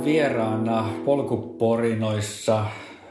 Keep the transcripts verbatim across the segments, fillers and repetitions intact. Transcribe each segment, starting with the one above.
vieraana polkuporinoissa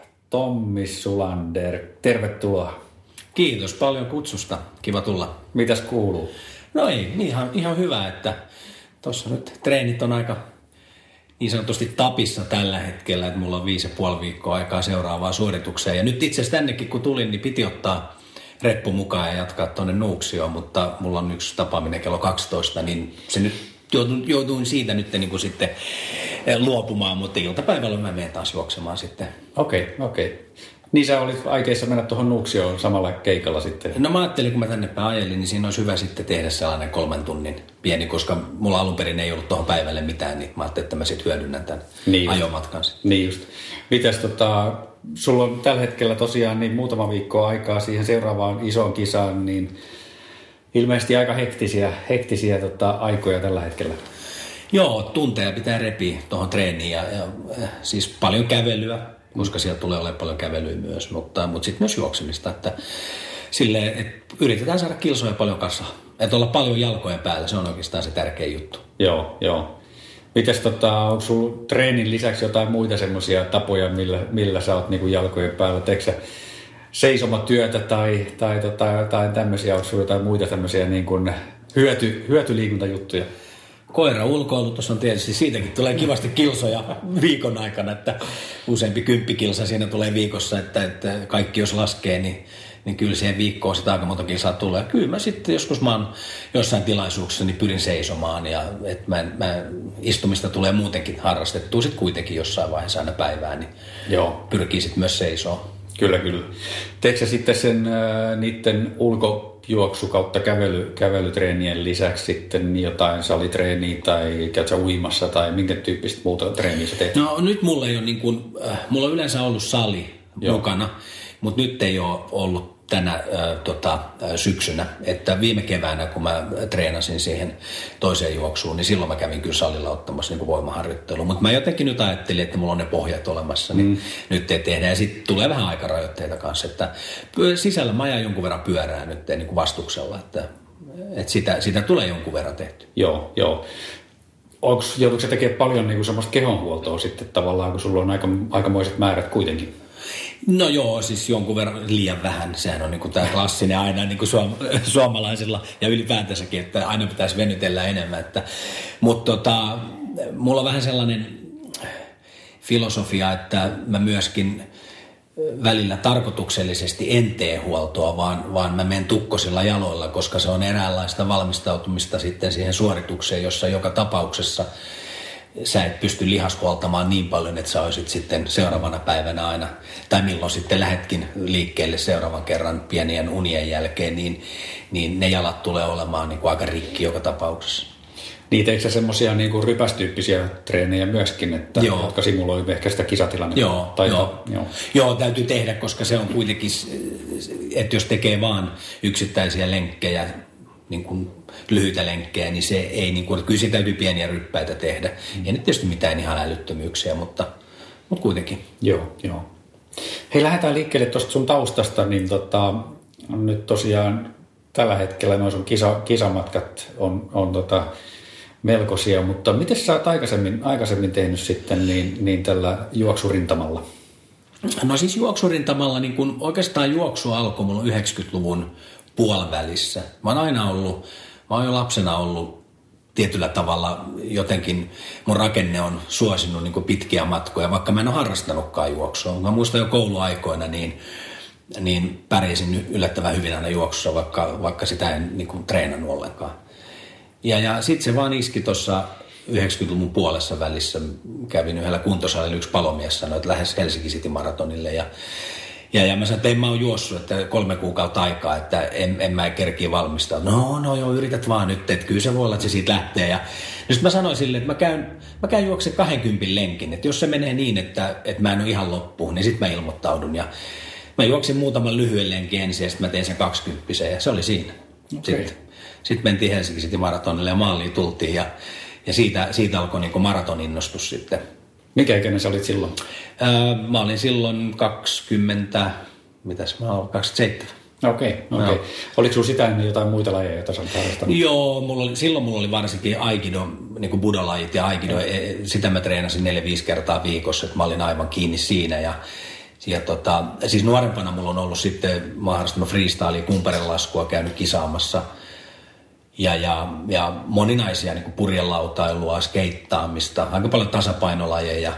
Tommi Sulander. Tervetuloa. Kiitos paljon kutsusta. Kiva tulla. Mitäs kuuluu? No ei, ihan, ihan hyvä, että tuossa nyt treenit on aika niin sanotusti tapissa tällä hetkellä, että mulla on viisi ja puoli viikkoa aikaa seuraavaa suoritukseen. Ja nyt itse asiassa tännekin kun tulin, niin piti ottaa reppu mukaan ja jatkaa tuonne Nuuksioon, mutta mulla on yksi tapaaminen kello kaksitoista, niin se nyt jouduin, jouduin siitä nyt niin kuin sitten luopumaan, mutta iltapäivällä mä menen taas juoksemaan sitten. Okei, okay, okei. Okay. Niin sä olit aikeissa mennä tuohon Nuuksioon samalla keikalla sitten? No mä ajattelin, kun mä tänne päin ajelin, niin siinä olisi hyvä sitten tehdä sellainen kolmen tunnin pieni, koska mulla alun perin ei ollut tuohon päivälle mitään, niin mä ajattelin, että mä sitten hyödynnän tämän niin ajomatkan. Niin just. Mitäs tota, sulla on tällä hetkellä tosiaan niin muutama viikko aikaa siihen seuraavaan isoon kisaan, niin ilmeisesti aika hektisiä, hektisiä tota, aikoja tällä hetkellä. Joo, tunteja pitää repiä tuohon treeniin ja, ja siis paljon kävelyä, koska siellä tulee olemaan paljon kävelyä myös, mutta, mutta sitten myös juoksemista, että silleen, että yritetään saada kilsoja paljon kasaan, että olla paljon jalkojen päällä, se on oikeastaan se tärkein juttu. Joo, joo. Mites tota, onko sulla treenin lisäksi jotain muita semmoisia tapoja, millä, millä sä oot niinku jalkojen päällä? Teekö sä seisomatyötä tai, tai tota, jotain tämmöisiä, onko sulla jotain muita tämmöisiä niin kuin hyöty, hyötyliikuntajuttuja? Koira ulkoilu, tuossa on tietysti, siitäkin tulee kivasti kilsoja viikon aikana, että useampi kymppikilsa siinä tulee viikossa, että, että kaikki jos laskee, niin, niin kyllä siihen viikkoon sitä aika monta kilsaa tulee. Kyllä mä sitten joskus mä oon jossain tilaisuuksessa, niin pyrin seisomaan ja että mä, mä istumista tulee muutenkin harrastettua sitten kuitenkin jossain vaiheessa aina päivään, niin joo, pyrkii sitten myös seisomaan. Kyllä, kyllä. Teekö sä sitten sen äh, niiden ulkojuoksu kautta kävely, kävelytreenien lisäksi sitten jotain salitreeniä tai käyt sä uimassa tai minkä tyyppistä muuta treeniä sä teet? No nyt mulla ei ole niin kuin, äh, mulla on yleensä ollut sali Joo. mukana, mutta nyt ei ole ollut tänä äh, tota, äh, syksynä, että viime keväänä kun mä treenasin siihen toiseen juoksuun, niin silloin mä kävin kyllä salilla ottamassa niin kuin voimaharjoittelua, mutta mä jotenkin nyt ajattelin, että mulla on ne pohjat olemassa, niin mm. nyt ei tehdä ja sitten tulee vähän aikarajoitteita kanssa, että sisällä mä ajan jonkun verran pyörää nyt niin kuin vastuksella, että, että sitä, sitä tulee jonkun verran tehty. Joo, joo. Onko, joudutko sä tekemään paljon niin kuin semmoista kehonhuoltoa sitten tavallaan, kun sulla on aika, aikamoiset määrät kuitenkin? No joo, siis jonkun verran liian vähän. Sehän on niinku tämä klassinen aina niinku suom- suomalaisilla ja ylipäätänsäkin, että aina pitäisi venytellä enemmän. Että, mutta tota, mulla on vähän sellainen filosofia, että mä myöskin välillä tarkoituksellisesti en tee huoltoa, vaan, vaan mä menen tukkosilla jaloilla, koska se on eräänlaista valmistautumista sitten siihen suoritukseen, jossa joka tapauksessa sä et pysty lihashuoltamaan niin paljon, että sä olisit sitten seuraavana päivänä aina, tai milloin sitten lähetkin liikkeelle seuraavan kerran pienien unien jälkeen, niin, niin ne jalat tulee olemaan niin kuin aika rikki joka tapauksessa. Niin teikö sä semmosia niin kuin rypästyyppisiä treenejä myöskin, että joo. jotka simuloi ehkä sitä kisatilannetta? Joo, tai joo. joo. joo, täytyy tehdä, koska se on kuitenkin, että jos tekee vaan yksittäisiä lenkkejä, niin kuin lyhyitä lenkkejä, niin se ei, niin kuin, kyllä siinä täytyy pieniä ryppäitä tehdä. Mm. Ei nyt tietysti mitään ihan älyttömyyksiä, mutta, mutta kuitenkin. Joo, joo. Hei, lähdetään liikkeelle tuosta sun taustasta, niin tota, nyt tosiaan tällä hetkellä nuo sun kisa, kisamatkat on, on tota, melkoisia, mutta miten sä oot aikaisemmin, aikaisemmin tehnyt sitten niin, niin tällä juoksurintamalla? No siis juoksurintamalla, niin kun oikeastaan juoksu alkoi mulla yhdeksänkymmentäluvun puolivälissä. Mä oon aina ollut, mä oon jo lapsena ollut tietyllä tavalla jotenkin, mun rakenne on suosinut niin kuin pitkiä matkoja, vaikka mä en ole harrastanutkaan juoksua. Mä muistan jo kouluaikoina, niin, niin pärjäsin yllättävän hyvin aina juoksussa, vaikka, vaikka sitä en niin kuin treenannut ollenkaan. Ja, ja sit se vaan iski tuossa yhdeksänkymmentäluvun puolessa välissä. Kävin yhdellä kuntosalilla, yksi palomies sanoi, että lähes Helsinki City maratonille ja Ja, ja mä sanoin, että en mä ole juossut, että kolme kuukautta aikaa, että en, en mä kerkiä valmistaa. No, no joo, yrität vaan nyt, että kyllä se voi olla, että se siitä lähtee. Ja nyt mä sanoin sille, että mä käyn, mä käyn juoksen kahdenkympin lenkin, että jos se menee niin, että, että mä en ole ihan loppuun, niin sit mä ilmoittaudun. Ja mä juoksin muutaman lyhyen lenkin ensin ja sitten mä tein sen kaksikymppisen ja se oli siinä. Okay. Sitten, sitten mentiin Helsinki City maratonille ja maaliin tultiin ja, ja siitä, siitä alkoi niin kuin maratoninnostus sitten. Mikä ikäinen sä olit silloin? Öö, mä olin silloin kaksikymmentä, mitäs mä olin, kaksikymmentäseitsemän. Okei, okay, okei. Okay. Oliko sulla sitä ennen jotain muita lajeja, joita sä olet harrastanut? Joo, mulla oli, silloin mulla oli varsinkin aikido niin kuin budolajit ja aikido, sitä mä treenasin neljä viisi kertaa viikossa, että mä olin aivan kiinni siinä. Ja, ja tota, siis nuorempana mulla on ollut sitten, mä oon harrastanut freestylea, kumparinlaskua, käynyt kisaamassa. Ja, ja, ja moninaisia niin kuin purjelautailua, skeittaamista, aika paljon tasapainolajeja.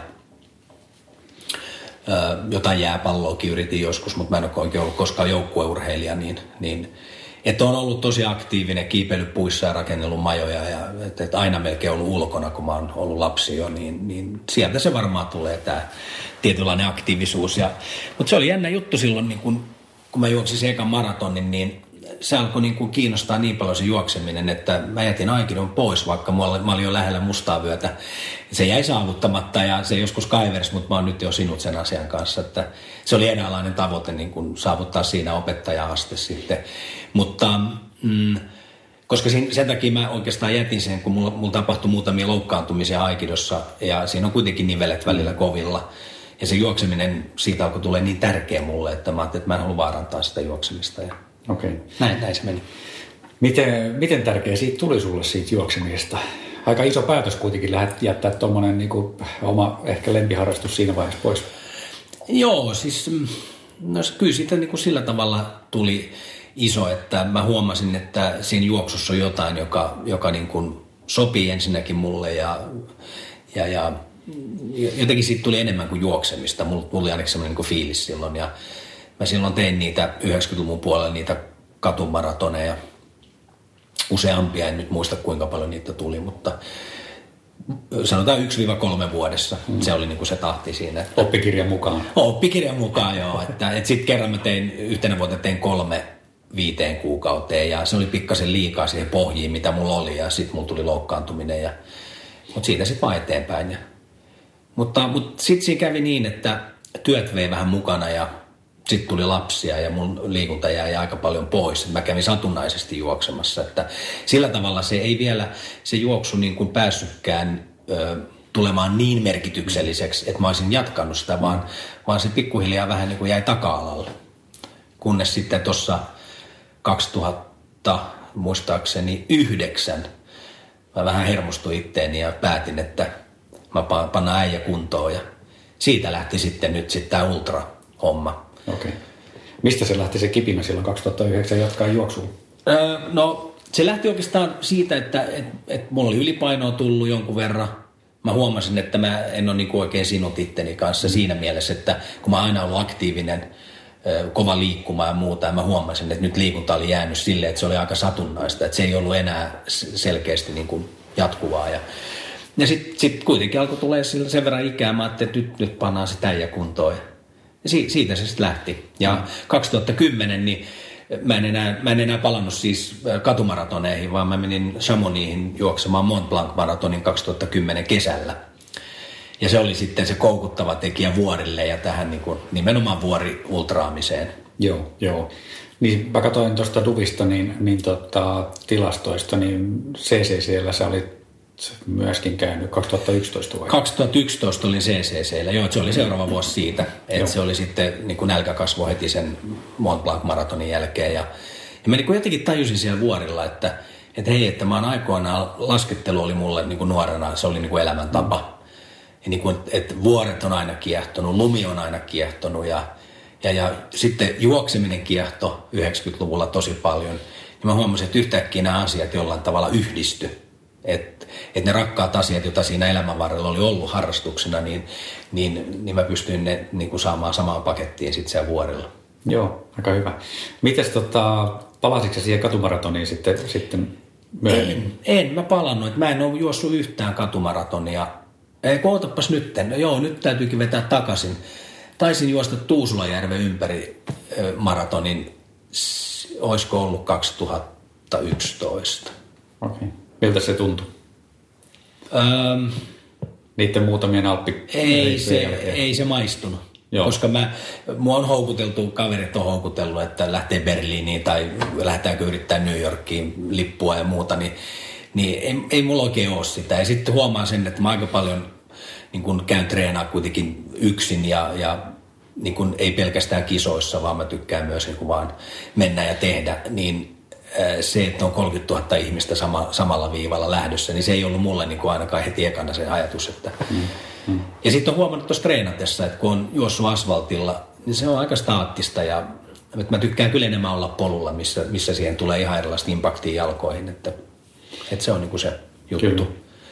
Ö, jotain jääpalloakin yritin joskus, mutta mä en ole oikein ollut koskaan joukkueurheilija. Niin, niin, että on ollut tosi aktiivinen, kiipeillyt puissa ja rakennellut majoja. Ja, että et aina melkein ollut ulkona, kun mä oon ollut lapsi jo. Niin, niin sieltä se varmaan tulee tämä tietynlainen aktiivisuus. Ja, mutta se oli jännä juttu silloin, niin kun, kun mä juoksin sen ekan maratonin, niin se alkoi niin kuin kiinnostaa niin paljon se juokseminen, että mä jätin aikidon pois, vaikka mä olin jo lähellä mustaa vyötä. Se jäi saavuttamatta ja se joskus kaivers, mutta mä oon nyt jo sinut sen asian kanssa. Että se oli eräänlainen tavoite niin kuin saavuttaa siinä opettaja-aste sitten. Mutta mm, koska sen takia mä oikeastaan jätin sen, kun mulla, mulla tapahtui muutamia loukkaantumisia aikidossa ja siinä on kuitenkin nivelet välillä kovilla. Ja se juokseminen siitä alkoi tulee niin tärkeä mulle, että mä ajattelin, että mä en halua vaarantaa sitä juoksemista. Ja okei. Näin, näin se meni. Miten, miten tärkeä siitä tuli sulle siitä juoksemisesta? Aika iso päätös kuitenkin lähdet jättää tuommoinen niin kuin oma ehkä lempiharrastus siinä vaiheessa pois. Joo, siis no, kyllä siitä niin kuin sillä tavalla tuli iso, että mä huomasin, että siinä juoksussa on jotain, joka, joka niin kuin sopii ensinnäkin mulle ja, ja, ja jotenkin siitä tuli enemmän kuin juoksemista. Mulla tuli ainakin semmoinen niin kuin fiilis silloin ja mä silloin tein niitä yhdeksänkymmentäluvun puolella niitä katumaratoneja. Useampia, en nyt muista kuinka paljon niitä tuli, mutta sanotaan yksi kolme vuodessa. Mm. Se oli niinku se tahti siinä. Että oppikirjan mukaan. Oppikirjan mukaan, joo. Että, et sitten kerran mä tein, yhtenä vuonna tein kolme viiteen kuukauteen ja se oli pikkasen liikaa siihen pohjiin, mitä mulla oli ja sitten mulla tuli loukkaantuminen. Ja, mutta siitä sitten vaan eteenpäin. Ja, mutta mutta sitten siinä kävi niin, että työt vei vähän mukana ja sitten tuli lapsia ja mun liikunta jäi aika paljon pois. Mä kävin satunnaisesti juoksemassa. Että sillä tavalla se ei vielä se juoksu niin kuin päässytkään ö, tulemaan niin merkitykselliseksi, että mä olisin jatkanut sitä, vaan, vaan se pikkuhiljaa vähän niin kuin jäi taka-alalle. Kunnes sitten tuossa kaksituhatta, muistaakseni yhdeksän, mä vähän hermostuin itteeni ja päätin, että mä pannaan äijä kuntoon. Ja siitä lähti sitten nyt sitten tämä ultra-homma. Okei. Mistä se lähti se kipinä silloin kaksituhattayhdeksän jatkaa juoksuun? Öö, no se lähti oikeastaan siitä, että et, et mulla oli ylipainoa tullut jonkun verran. Mä huomasin, että mä en ole niinku oikein sinut itteni kanssa mm. siinä mielessä, että kun mä aina ollut aktiivinen, ö, kova liikkuma ja muuta, ja mä huomasin, että nyt liikunta oli jäänyt silleen, että se oli aika satunnaista, että se ei ollut enää selkeästi niinku jatkuvaa. Ja, ja sitten sit kuitenkin alkoi tulee sen verran ikää, mä ajattelin, että nyt, nyt pannaan se äijä kuntoon. Ja si- siitä se sitten lähti. Ja mm. kaksituhattakymmenen niin mä en, enää, mä en enää palannut siis katumaratoneihin, vaan mä menin Chamonixin juoksemaan Mont Blanc-maratonin kaksituhattakymmenen kesällä. Ja se oli sitten se koukuttava tekijä vuorille ja tähän niin kuin nimenomaan vuori-ultraamiseen. Joo, joo. Niin mä katsoin tuosta Duvista niin, niin tota, tilastoista, niin C C C:llä sä olit myöskin käynyt kaksituhattayksitoista vai? kaksituhattayksitoista olin C C C:llä, joo, se oli seuraava vuosi siitä. Että se oli sitten niin kuin nälkäkasvo heti sen Mont Blanc-maratonin jälkeen. Ja, ja mä niin kuin jotenkin tajusin siellä vuorilla, että, että hei, että mä oon aikoinaan, laskettelu oli mulle niin kuin nuorena, se oli niin kuin elämäntapa. Mm. Ja niin kuin, että vuoret on aina kiehtonut, lumi on aina kiehtonut ja, ja, ja sitten juokseminen kiehto yhdeksänkymmentäluvulla tosi paljon. Ja mä huomasin, että yhtäkkiä nämä asiat jollain tavalla yhdisty. Että et ne rakkaat asiat, joita siinä elämän varrella oli ollut harrastuksena, niin, niin, niin mä pystyin ne niin kuin saamaan samaan pakettiin sitten siellä vuorilla. Joo, aika hyvä. Mites tota, palasitko siihen katumaratoniin sitten, sitten myöhemmin? En, en mä palannut. Et mä en ole juossut yhtään katumaratonia. Ei, ootapas nytten. No joo, nyt täytyykin vetää takaisin. Taisin juosta Tuusulajärven ympäri maratonin, olisiko ollut kaksituhattayksitoista. Okei. Okay. Miltä se tuntui? Öm, Niiden muutamien alppi... Ei se, ei se maistunut. Joo. Koska mä, mua on houkuteltu, kaverit on houkutellut, että lähtee Berliiniin tai lähdetäänkö yrittää New Yorkiin lippua ja muuta, niin, niin ei, ei mulla oikein ole sitä. Ja sitten huomaan sen, että mä aika paljon niin kun käyn treenaa kuitenkin yksin ja, ja niin kun ei pelkästään kisoissa, vaan mä tykkään myös niin kun vaan mennä ja tehdä, niin se, että on kolmekymmentätuhatta ihmistä sama, samalla viivalla lähdössä, niin se ei ollut mulle niin kuin ainakaan heti ekana se ajatus. Että. Mm. Mm. Ja sitten on huomannut tuossa treenatessa, että kun on juossut asfaltilla, niin se on aika staattista ja mä tykkään kyllä enemmän olla polulla, missä, missä siihen tulee ihan erilaista impaktia jalkoihin, että, että se on niin kuin se juttu. Kyllä.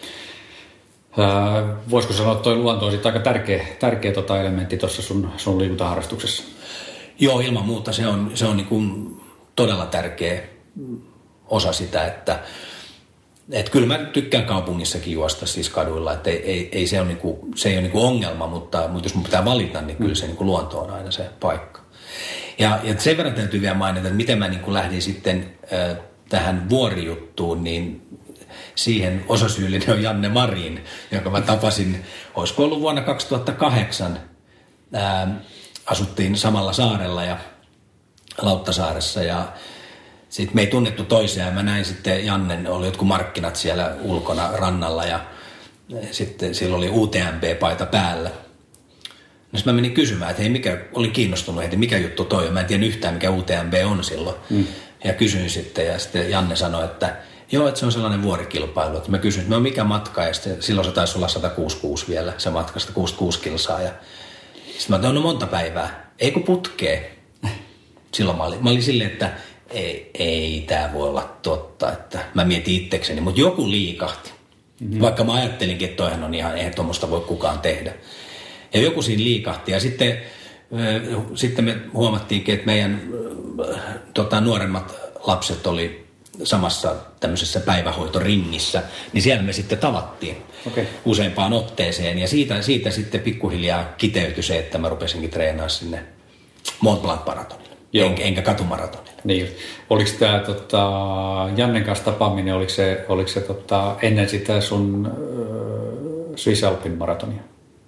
Äh, voisiko sanoa, että toi luonto on sitten aika tärkeä, tärkeä tota elementti tuossa sun, sun liikuntaharrastuksessa? Joo, ilman muuta se on, se on niin kuin todella tärkeä osa sitä, että et kyllä mä tykkään kaupungissakin juosta siis kaduilla, että ei, ei, ei se ole, niin kuin, se ei ole niin kuin ongelma, mutta, mutta jos mun pitää valita, niin kyllä se niin kuin luonto on aina se paikka. Ja, ja sen verran täytyy vielä mainita, että miten mä niin kuin lähdin sitten äh, tähän vuorijuttuun, niin siihen osasyyllinen on Janne Marin, jonka mä tapasin, olisiko ollut vuonna kaksituhattakahdeksan, ää, asuttiin samalla saarella ja Lauttasaaressa ja sitten me ei tunnettu toisiaan. Mä näin sitten Jannen, oli jotkut markkinat siellä ulkona rannalla ja sitten sillä oli U T M B-paita päällä. No sitten mä menin kysymään, että hei, mikä, olin kiinnostunut, että mikä juttu toi on. Mä en tiedä yhtään, mikä U T M B on silloin. Mm. Ja kysyin sitten ja sitten Janne sanoi, että joo, että se on sellainen vuorikilpailu. Että mä kysyin, että no mikä matka ja sitten silloin se taisi olla sata kuusikymmentäkuusi vielä, se matka, sata kuusikymmentäkuusi kilsaa. Ja sitten mä oon, no monta päivää, ei kun putkee. Silloin mä olin, mä olin silleen, että ei, ei tää voi olla totta, että mä mietin itsekseni, mutta joku liikahti. Mm-hmm. Vaikka mä ajattelinkin, että toihan on ihan, eihän tuommoista voi kukaan tehdä. Ja joku siinä liikahti ja sitten, äh, sitten me huomattiinkin, että meidän äh, tota, nuoremmat lapset oli samassa tämmöisessä päivähoitoringissä, niin siellä me sitten tavattiin okay. useampaan otteeseen. Ja siitä, siitä sitten pikkuhiljaa kiteytyi se, että mä rupesinkin treenaamaan sinne Mont Blanc-maratonille, enkä, enkä katumaratonille. Niin. Oliko tämä tota, Jannen kanssa tapaaminen, oliko se, oliko se tota, ennen sitä sun äh, Swiss Alpin maratonia?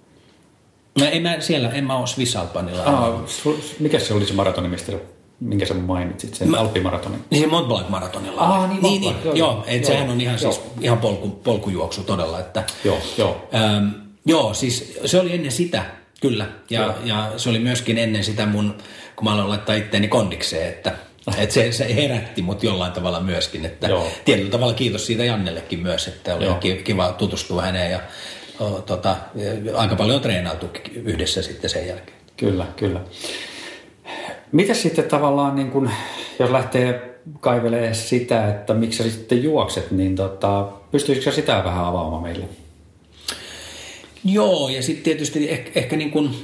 No en mä siellä, en mä ole Swiss Alpinilla. Ah, mikä se oli se maratoni, mistä minkä sä mainitsit, sen Alppimaratonin? Niin se Mont Blanc-maratonilla. Ah, niin, niin, niin, niin. Joo, että sehän on ihan, siis, ihan polku, polkujuoksu todella. Että, joo, joo. Ähm, joo, siis se oli ennen sitä, kyllä. Ja, ja se oli myöskin ennen sitä mun, kun mä aloin laittaa itteeni kondikseen, että että se, se herätti mut jollain tavalla myöskin. Että tietyllä tavalla kiitos siitä Jannellekin myös, että oli joo. kiva tutustua häneen ja o, tota, aika paljon on treenailtu yhdessä sitten sen jälkeen. Kyllä, kyllä. Mitäs sitten tavallaan, niin kun, jos lähtee kaivelemaan sitä, että miksi sä sitten juokset, niin tota, pystyisikö sä sitä vähän avaamaan meille? Joo, ja sitten tietysti ehkä, ehkä niin kuin,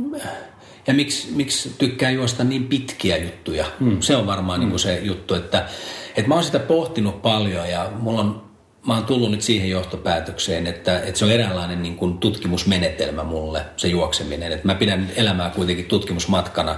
ja miksi, miksi tykkää juosta niin pitkiä juttuja. Hmm. Se on varmaan hmm. niin kuin se juttu, että, että mä oon sitä pohtinut paljon ja mulla on, mä oon tullut nyt siihen johtopäätökseen, että, että se on eräänlainen niin kuin tutkimusmenetelmä mulle, se juokseminen. Että mä pidän elämää kuitenkin tutkimusmatkana.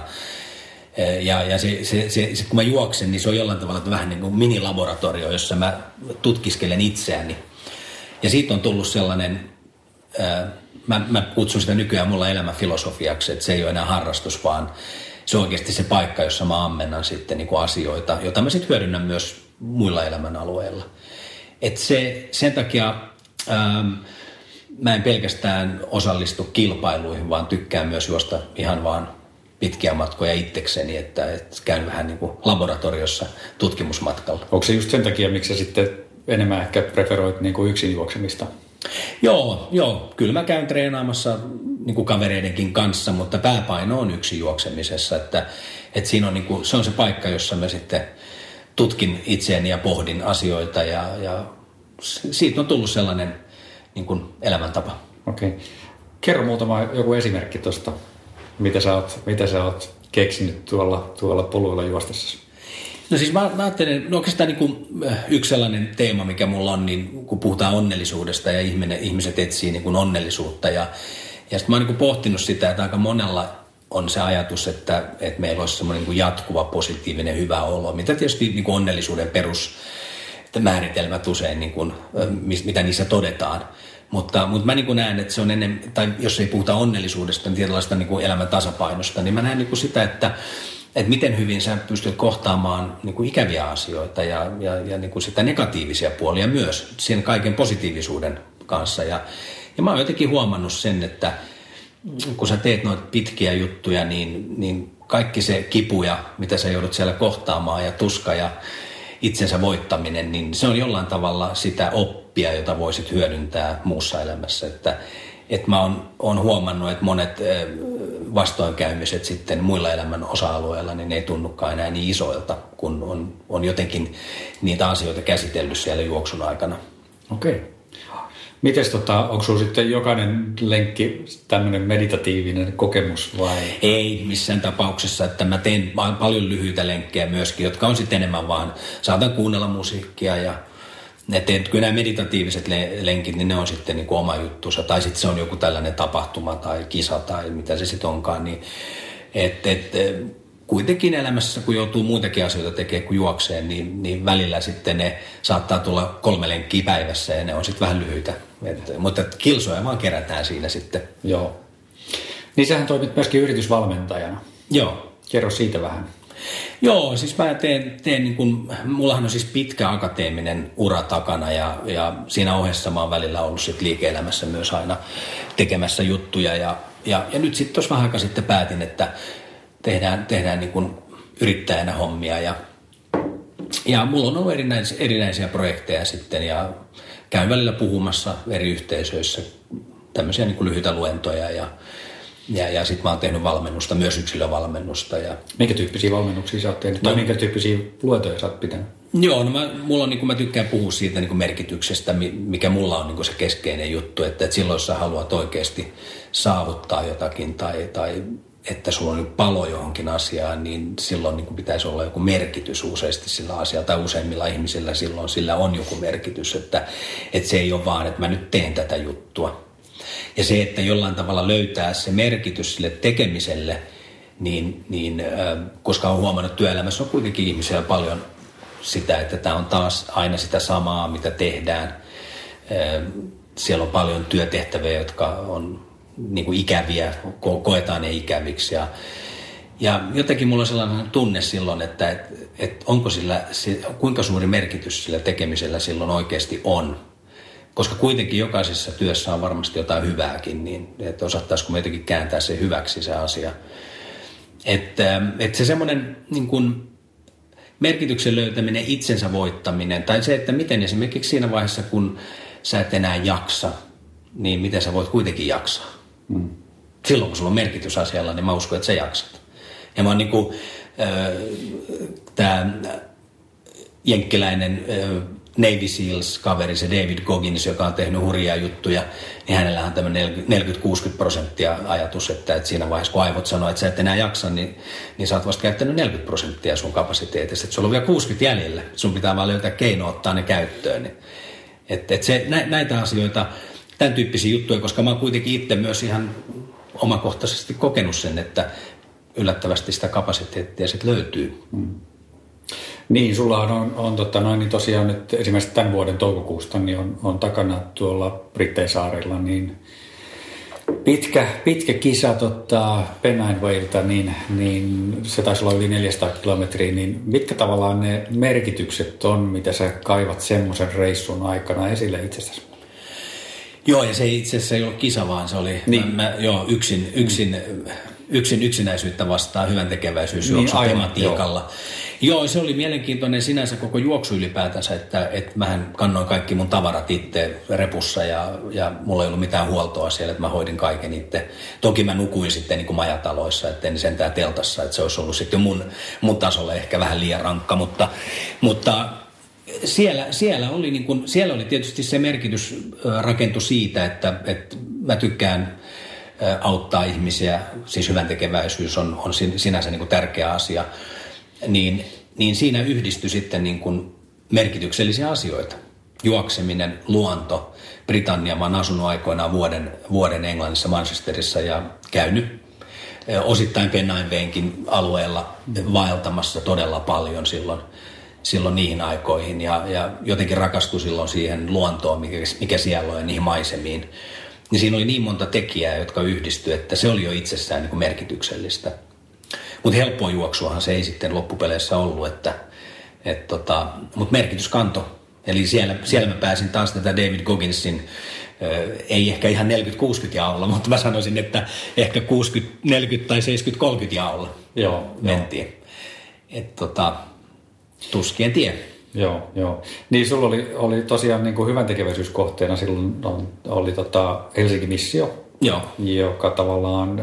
Ja, ja se, se, se, se, kun mä juoksen, niin se on jollain tavalla vähän niin kuin minilaboratorio, jossa mä tutkiskelen itseäni. Ja siitä on tullut sellainen, ää, mä, mä kutsun sitä nykyään mulla elämäfilosofiaksi, että se ei ole enää harrastus, vaan se on oikeasti se paikka, jossa mä ammennan sitten niin kuin asioita, joita mä sitten hyödynnän myös muilla elämänalueilla. Että se, sen takia ää, mä en pelkästään osallistu kilpailuihin, vaan tykkään myös juosta ihan vaan pitkiä matkoja itsekseni, että, että käyn vähän niin kuin laboratoriossa tutkimusmatkalla. Onko se just sen takia, miksi sä sitten enemmän ehkä preferoit niin kuin yksin juoksemista? Joo, joo, kyllä mä käyn treenaamassa niin kuin kavereidenkin kanssa, mutta pääpaino on yksin juoksemisessa, että, että siinä on niin kuin, se on se paikka, jossa mä sitten tutkin itseäni ja pohdin asioita ja, ja siitä on tullut sellainen niin kuin elämäntapa. Okei. Okay. Kerro muutama joku esimerkki tuosta. Mitä sä oot, mitä sä oot keksinyt tuolla, tuolla poluilla juostessa? No siis mä, mä ajattelen, no oikeastaan niin kuin yksi sellainen teema, mikä mulla on, niin kun puhutaan onnellisuudesta ja ihminen, ihmiset etsii niin kuin onnellisuutta. Ja, ja sitten mä oon niin kuin pohtinut sitä, että aika monella on se ajatus, että, että meillä olisi semmoinen niin kuin jatkuva, positiivinen, hyvä olo, mitä tietysti niin kuin onnellisuuden perusmääritelmät usein, niin kuin, mitä niissä todetaan. Mutta, mutta mä niin kuin näen, että se on ennen, tai jos ei puhuta onnellisuudesta, niin tietynlaista niin kuin elämän tasapainosta, niin mä näen niin kuin sitä, että, että miten hyvin sä pystyt kohtaamaan niin kuin ikäviä asioita ja, ja, ja niin kuin sitä negatiivisia puolia myös sen kaiken positiivisuuden kanssa. Ja, ja mä oon jotenkin huomannut sen, että kun sä teet noita pitkiä juttuja, niin, niin kaikki se kipu ja mitä sä joudut siellä kohtaamaan ja tuska ja itsensä voittaminen, niin se on jollain tavalla sitä oppia, jota voisit hyödyntää muussa elämässä. Että, että mä oon, oon huomannut, että monet vastoinkäymiset sitten muilla elämän osa-alueilla, niin ne ei tunnukaan enää niin isoilta, kun on, on jotenkin niitä asioita käsitellyt siellä juoksun aikana. Okei. Mites tota, onko sinulla sitten jokainen lenkki tämmöinen meditatiivinen kokemus vai? Ei missään tapauksessa, että mä teen paljon lyhyitä lenkkejä myöskin, jotka on sitten enemmän vaan, saatan kuunnella musiikkia ja ne teen, kyllä nämä meditatiiviset lenkit, niin ne on sitten niin kuin oma juttusa. Tai sitten se on joku tällainen tapahtuma tai kisa tai mitä se sitten onkaan. Niin, et, et, kuitenkin elämässä, kun joutuu muitakin asioita tekemään kuin juokseen, niin, niin välillä sitten ne saattaa tulla kolme lenkkiä päivässä ja ne on sitten vähän lyhyitä. Et, mutta kilsoja vaan kerätään siinä sitten. Joo. Niin sähän toimit myöskin yritysvalmentajana. Joo. Kerro siitä vähän. Joo, siis mä teen, teen niin kuin, mullahan on siis pitkä akateeminen ura takana ja, ja siinä ohessa mä oon välillä ollut sit liike-elämässä myös aina tekemässä juttuja ja, ja, ja nyt sitten tuossa vähän aikaa sitten päätin, että tehdään, tehdään niin kuin yrittäjänä hommia ja, ja mulla on ollut erinäisiä, erinäisiä projekteja sitten ja käyn välillä puhumassa eri yhteisöissä tämmöisiä niin kuin lyhyitä luentoja ja Ja, ja sitten mä oon tehnyt valmennusta, myös yksilövalmennusta. Ja minkä tyyppisiä valmennuksia sä oot tehnyt? No, tai minkä tyyppisiä luentoja sä oot pitänyt? Joo, no mä, mulla on, niin kun mä tykkään puhua siitä niin kun merkityksestä, mikä mulla on niin kun se keskeinen juttu. Että, että silloin jos sä haluat oikeasti saavuttaa jotakin tai, tai että sulla on nyt palo johonkin asiaan, niin silloin niin kun pitäisi olla joku merkitys useasti sillä asialla. Tai useimmilla ihmisillä silloin sillä on joku merkitys. Että, että se ei ole vaan, että mä nyt teen tätä juttua. Ja se, että jollain tavalla löytää se merkitys sille tekemiselle, niin, niin äh, koska olen huomannut, että työelämässä on kuitenkin ihmisillä paljon sitä, että tämä on taas aina sitä samaa, mitä tehdään. Äh, siellä on paljon työtehtäviä, jotka on niin kuin ikäviä, ko- koetaan ne ikäviksi. Ja, ja jotenkin mulla on sellainen tunne silloin, että et, et onko sillä, se, kuinka suuri merkitys sillä tekemisellä silloin oikeasti on. Koska kuitenkin jokaisessa työssä on varmasti jotain hyvääkin, niin että osattaisiko me jotenkin kääntää se hyväksi se asia. Että, että se semmoinen niin kuin merkityksen löytäminen, itsensä voittaminen, tai se, että miten esimerkiksi siinä vaiheessa, kun sä et enää jaksa, niin miten sä voit kuitenkin jaksaa. Mm. Silloin, kun sulla on merkitys asialla, niin mä uskon, että sä jaksat. Ja mä oon niin kuin äh, tää jenkkiläinen äh, Navy Seals-kaveri, se David Goggins, joka on tehnyt hurjia juttuja, niin hänellä on tämmöinen neljäkymmentä kuusikymmentä prosenttia ajatus, että, että siinä vaiheessa, kun aivot sanoo, että sä et enää jaksa, niin, niin sä oot vasta käyttänyt neljäkymmentä prosenttia sun kapasiteetista. Että sulla on vielä kuusikymmentä jäljellä. Sun pitää vaan löytää keino ottaa ne käyttöön. Niin, että, että se, nä, näitä asioita, tämän tyyppisiä juttuja, koska mä oon kuitenkin itse myös ihan omakohtaisesti kokenut sen, että yllättävästi sitä kapasiteettia sitten löytyy. Hmm. Niin, sulla on, on, on totta, noin, niin tosiaan nyt esimerkiksi tämän vuoden toukokuusta niin on, on takana tuolla Brittein saarilla niin pitkä, pitkä kisa tota, Pennine Waylta, niin, niin se taisi olla yli neljäsataa kilometriä, niin mitkä tavallaan ne merkitykset on, mitä sä kaivat semmoisen reissun aikana esille itsestäsi? Joo, ja se itse asiassa ei ollut kisa, vaan se oli niin. mä, mä, joo, yksin, yksin, yksin yksinäisyyttä vastaan hyvän tekeväisyysjuoksun niin, tematiikalla. Joo. Joo, se oli mielenkiintoinen sinänsä koko juoksu ylipäätänsä, että, että mähän kannoin kaikki mun tavarat itse repussa ja, ja mulla ei ollut mitään huoltoa siellä, että mä hoidin kaiken itse. Toki mä nukuin sitten niin kuin majataloissa, että en sentään teltassa, että se olisi ollut sitten jo mun, mun tasolle ehkä vähän liian rankka, mutta, mutta siellä, siellä, oli niin kuin, siellä oli tietysti se merkitys rakentui siitä, että, että mä tykkään auttaa ihmisiä, siis hyväntekeväisyys on, on sinänsä niin kuin tärkeä asia. Niin, niin siinä yhdistyi sitten niin kuin merkityksellisiä asioita. Juokseminen, luonto. Britannia, mä oon asunut aikoinaan vuoden, vuoden Englannissa, Manchesterissa ja käynyt osittain Pennine Waynkin alueella vaeltamassa todella paljon silloin, silloin niihin aikoihin. Ja, ja jotenkin rakastui silloin siihen luontoon, mikä, mikä siellä on ja niihin maisemiin. Niin siinä oli niin monta tekijää, jotka yhdistyi, että se oli jo itsessään niin kuin merkityksellistä. Mutta helppoa juoksuahan se ei sitten loppupeleissä ollut, että, et tota, mutta merkitys kanto. Eli siellä, siellä mä pääsin taas tätä David Gogginsin, ö, ei ehkä ihan neljäkymmentä kuusikymmentä jaolla, mutta mä sanoisin, että ehkä kuusikymmentä neljäkymmentä tai seitsemänkymmentä kolmekymmentä jaolla joo, mentiin. Että tota, tuskien tie. Joo, joo. Niin sulla oli, oli tosiaan niin kuin hyvän tekeväisyyskohteena silloin oli tota Helsingin Missio, joo. joka tavallaan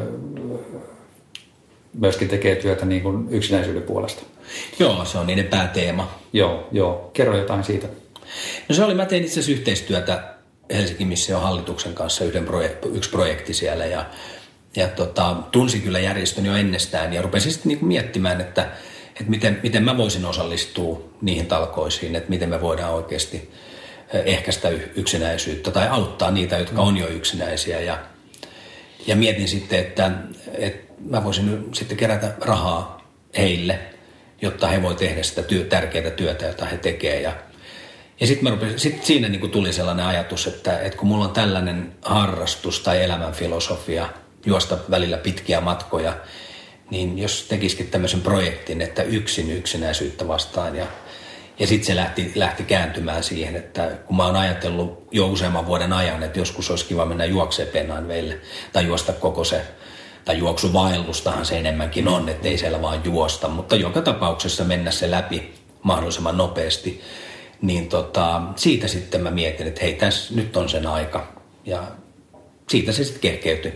myöskin tekee työtä niin kuin yksinäisyyden puolesta. Joo, se on niiden pääteema. Joo, joo. Kerro jotain siitä. No se oli, mä tein itse asiassa yhteistyötä Helsingin Mission hallituksen kanssa, yhden projekti, yksi projekti siellä ja, ja tota, tunsin kyllä järjestön jo ennestään ja rupesin sitten niinku miettimään, että, että miten, miten mä voisin osallistua niihin talkoisiin, että miten me voidaan oikeasti ehkäistä yksinäisyyttä tai auttaa niitä, jotka on jo yksinäisiä ja, ja mietin sitten, että, että mä voisin sitten kerätä rahaa heille, jotta he voi tehdä sitä työ, tärkeää työtä, jota he tekevät. Ja, ja sitten sit siinä niinku tuli sellainen ajatus, että, että kun mulla on tällainen harrastus tai elämänfilosofia, juosta välillä pitkiä matkoja, niin jos tekisikin tämmöisen projektin, että yksin yksinäisyyttä vastaan. Ja, ja sitten se lähti, lähti kääntymään siihen, että kun mä oon ajatellut jo useamman vuoden ajan, että joskus olisi kiva mennä juokseen Penainville tai juosta koko se, tai juoksuvaellustahan se enemmänkin on, ettei siellä vaan juosta, mutta joka tapauksessa mennä se läpi mahdollisimman nopeasti, niin tota, siitä sitten mä mietin, että hei, tässä nyt on sen aika, ja siitä se sitten kehkeytyi.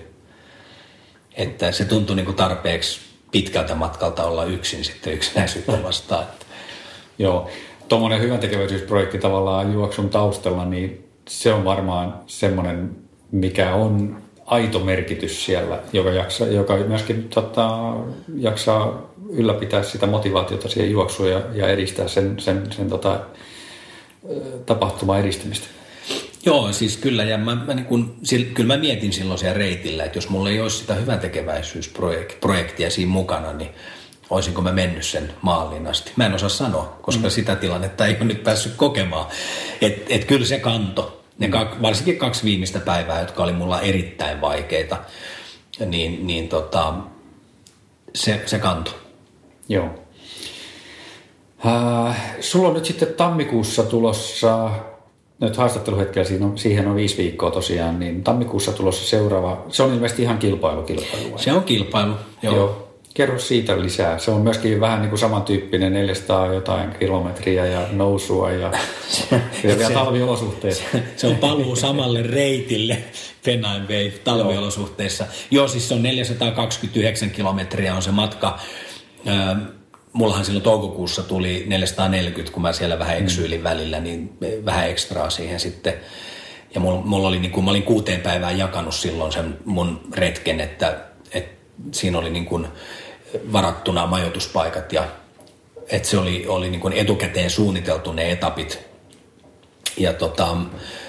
Että se tuntui niin kuin tarpeeksi pitkältä matkalta olla yksin sitten yksinäisyyttä vastaan. Että. Joo, tuommoinen hyväntekeväisyysprojekti tavallaan juoksun taustalla, niin se on varmaan semmoinen, mikä on aito merkitys siellä, joka, jaksaa, joka myöskin tota, jaksaa ylläpitää sitä motivaatiota siihen juoksuun ja, ja edistää sen, sen, sen tota, tapahtuman edistymistä. Joo, siis kyllä, ja mä, mä niin kun, kyllä mä mietin silloin siellä reitillä, että jos mulla ei olisi sitä hyväntekeväisyysprojektia siinä mukana, niin olisinko mä mennyt sen maaliin asti. Mä en osaa sanoa, koska mm. sitä tilannetta ei ole nyt päässyt kokemaan. Että et kyllä se kanto. Ne kak, varsinkin kaksi viimeistä päivää, jotka oli mulla erittäin vaikeita, niin, niin tota, se, se kanto. Joo. Äh, sulla on nyt sitten tammikuussa tulossa, nyt haastatteluhetkellä siihen on, siihen on viisi viikkoa tosiaan, niin tammikuussa tulossa seuraava, se on ilmeisesti ihan kilpailu, kilpailu vai? Se on kilpailu, joo. joo. Kerro siitä lisää. Se on myöskin vähän niin kuin samantyyppinen neljäsataa jotain kilometriä ja nousua ja, ja vielä talviolosuhteissa. Se, se on paluu samalle reitille Penainville talviolosuhteissa. Joo, siis se on neljäsataakaksikymmentäyhdeksän kilometriä on se matka. Äh, mullahan silloin toukokuussa tuli neljäsataaneljäkymmentä, kun mä siellä vähän eksyilin mm. välillä, niin vähän ekstraa siihen sitten. Ja mulla, mulla oli niin kuin, mä olin kuuteen päivään jakanut silloin sen mun retken, että, että siinä oli niin kuin varattuna majoituspaikat ja että se oli, oli niin kuin etukäteen suunniteltu ne etapit. Ja tota,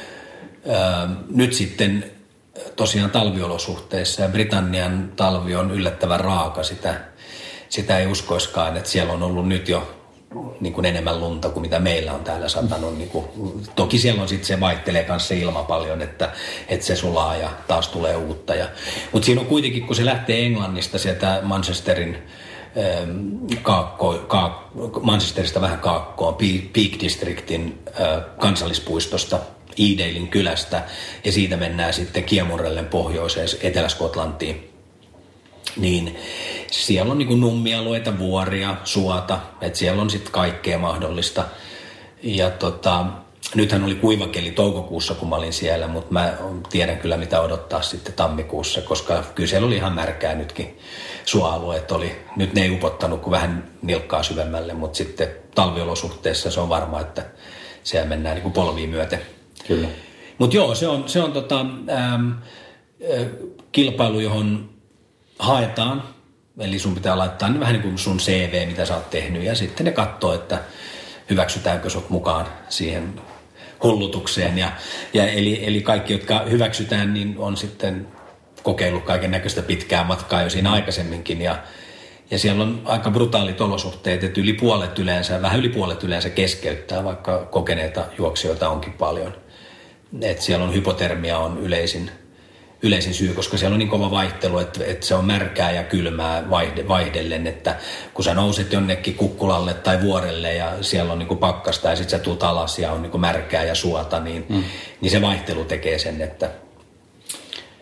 ää, nyt sitten tosiaan talviolosuhteissa ja Britannian talvi on yllättävän raaka. Sitä, sitä ei uskoiskaan, että siellä on ollut nyt jo niin kuin enemmän lunta kuin mitä meillä on täällä satanut. Niin kuin, toki siellä on sitten se vaihtelee kanssa se ilma paljon, että, että se sulaa ja taas tulee uutta. Ja, mutta siinä on kuitenkin, kun se lähtee Englannista sieltä Manchesterin ähm, kaakko, kaak, Manchesterista vähän kaakkoon, Peak Districtin äh, kansallispuistosta, Edalein kylästä ja siitä mennään sitten Kiemurrellen pohjoiseen Etelä-Skotlantiin. Niin siellä on niin kuin nummialueita, vuoria, suota, että siellä on sitten kaikkea mahdollista. Ja tota, nythän oli kuivakeli toukokuussa, kun mä olin siellä, mutta mä tiedän kyllä mitä odottaa sitten tammikuussa, koska kyllä siellä oli ihan märkää nytkin. Suoalueet oli, nyt ne ei upottanut kuin vähän nilkkaa syvemmälle, mutta sitten talviolosuhteessa se on varma, että siellä mennään niin kuin polviin myöten. Kyllä. Mutta joo, se on, se on tota, ähm, äh, kilpailu, johon haetaan, eli sun pitää laittaa niin vähän niin kuin sun C V, mitä sä oot tehnyt, ja sitten ne katsoo, että hyväksytäänkö sut mukaan siihen hullutukseen. Ja, ja eli, eli kaikki, jotka hyväksytään, niin on sitten kokeillut kaiken näköistä pitkää matkaa jo siinä aikaisemminkin, ja, ja siellä on aika brutaalit olosuhteet, että yli puolet yleensä, vähän yli puolet yleensä keskeyttää, vaikka kokeneita juoksijoita onkin paljon. Et siellä on hypotermia on yleisin, yleisin syy, koska siellä on niin kova vaihtelu, että, että se on märkää ja kylmää vaihde, vaihdellen, että kun sä nouset jonnekin kukkulalle tai vuorelle ja siellä on niin kuin pakkasta ja sit sä tuut alas ja on niin kuin märkää ja suota, niin, mm. niin se vaihtelu tekee sen, että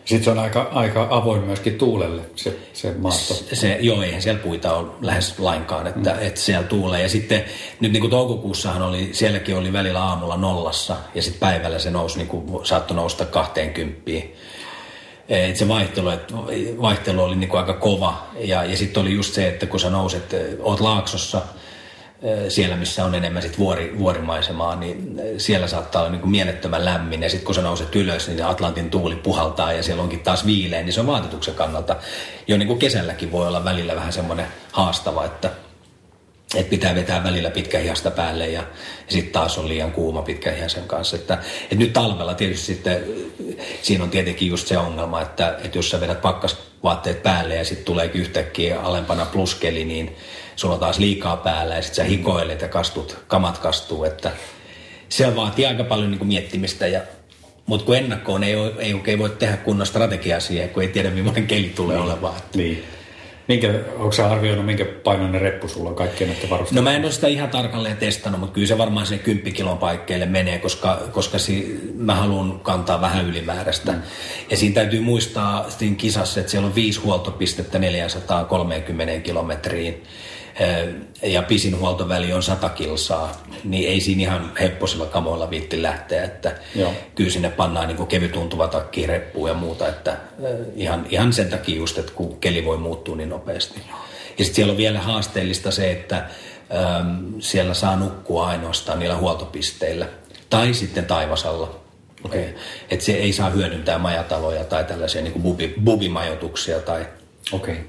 Sitten se on aika, aika avoin myöskin tuulelle, se, se maasto. Se, se, joo, eihän siellä puita ole lähes lainkaan, että, mm. että siellä tuulee. Ja sitten nyt niin kuin toukokuussahan oli, sielläkin oli välillä aamulla nollassa ja sitten päivällä se nousi, niin kuin saattoi nousta kahteenkymppiin. Et se vaihtelu, et vaihtelu oli niin kuin aika kova ja, ja sitten oli just se, että kun sä nouset, oot Laaksossa, siellä missä on enemmän sit vuori, vuorimaisemaa, niin siellä saattaa olla niin kuin mielettömän lämmin ja sitten kun sä nouset ylös, niin Atlantin tuuli puhaltaa ja siellä onkin taas viileä, niin se on vaatetuksen kannalta jo niin kuin kesälläkin voi olla välillä vähän semmoinen haastava, että että pitää vetää välillä pitkähiasta päälle ja, ja sitten taas on liian kuuma pitkähiasen kanssa. Että, että nyt talvella tietysti sitten siinä on tietenkin just se ongelma, että, että jos sä vedät pakkasvaatteet päälle ja sitten tuleekin yhtäkkiä alempana pluskeli, niin sulla on taas liikaa päällä ja sitten sä hikoilet ja kastut, kamat kastuu. Että se vaatii aika paljon niin kuin miettimistä, ja, mutta kun ennakkoon ei, ei oikein voi tehdä kunnon strategiaa siihen, kun ei tiedä millainen keli tulee niin olemaan. Niin. Minkä, onko sä arvioinut, minkä painoinen reppu sulla on kaikkien näiden varusteiden? No mä en ole sitä ihan tarkalleen testannut, mutta kyllä se varmaan sinne kymppikilon paikkeille menee, koska, koska si, mä haluan kantaa vähän ylimääräistä. Mm. Ja siinä täytyy muistaa siinä kisassa, että siellä on viisi huoltopistettä neljäsataakolmekymmentä kilometriin. Ja pisin huoltoväli on sata kilsaa, niin ei siinä ihan hepposilla kamoilla viitti lähteä, että Joo. kyllä sinne pannaan niin kuin kevytuntuva takki, reppuun ja muuta, että ihan, ihan sen takia just, että kun keli voi muuttua niin nopeasti. Ja sitten siellä on vielä haasteellista se, että äm, siellä saa nukkua ainoastaan niillä huoltopisteillä tai sitten taivasalla. Okay. Että se ei saa hyödyntää majataloja tai tällaisia niin kuin bubi, bubimajoituksia tai... Okei. Okay.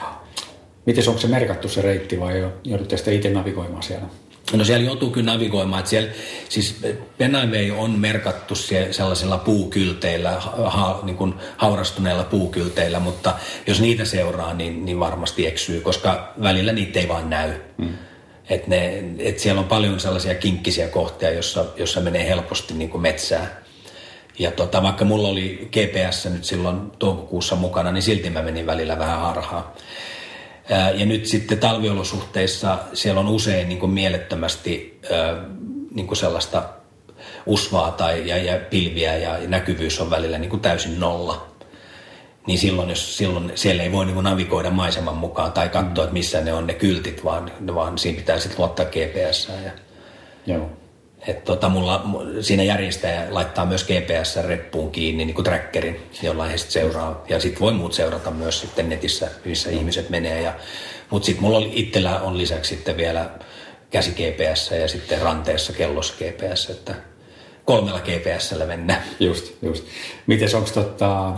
Miten onko se merkattu se reitti vai joudutte sitten itse navigoimaan siellä? No siellä joutuu kyllä navigoimaan. Että siellä, siis Penaivei on merkattu sellaisilla puukylteillä, ha, niin kuin haurastuneilla puukylteillä, mutta jos niitä seuraa, niin, niin varmasti eksyy, koska välillä niitä ei vaan näy. Hmm. Että et siellä on paljon sellaisia kinkkisiä kohtia, jossa, jossa menee helposti niin kuin metsää. Ja tota, vaikka mulla oli G P S nyt silloin toukokuussa mukana, niin silti mä menin välillä vähän harhaan. Ja nyt sitten talviolosuhteissa siellä on usein niin kuin mielettömästi niin kuin sellaista usvaa tai, ja, ja pilviä ja näkyvyys on välillä niin kuin täysin nolla. Niin silloin, jos, silloin siellä ei voi niin kuin navigoida maiseman mukaan tai katsoa, että missä ne on ne kyltit, vaan, vaan siinä pitää sitten luottaa G P S:ään. Ja, Joo. Et tota, mulla, siinä järjestäjä laittaa myös G P S-reppuun kiinni niin kuin trackerin, jollain he sitten seuraa. Ja sitten voi muut seurata myös sitten netissä, missä ihmiset menee. Ja, mutta sitten mulla itsellä on lisäksi sitten vielä käsi G P S ja sitten ranteessa kellossa G P S, että kolmella G P S:llä mennään. Just, just. Mites onko tota,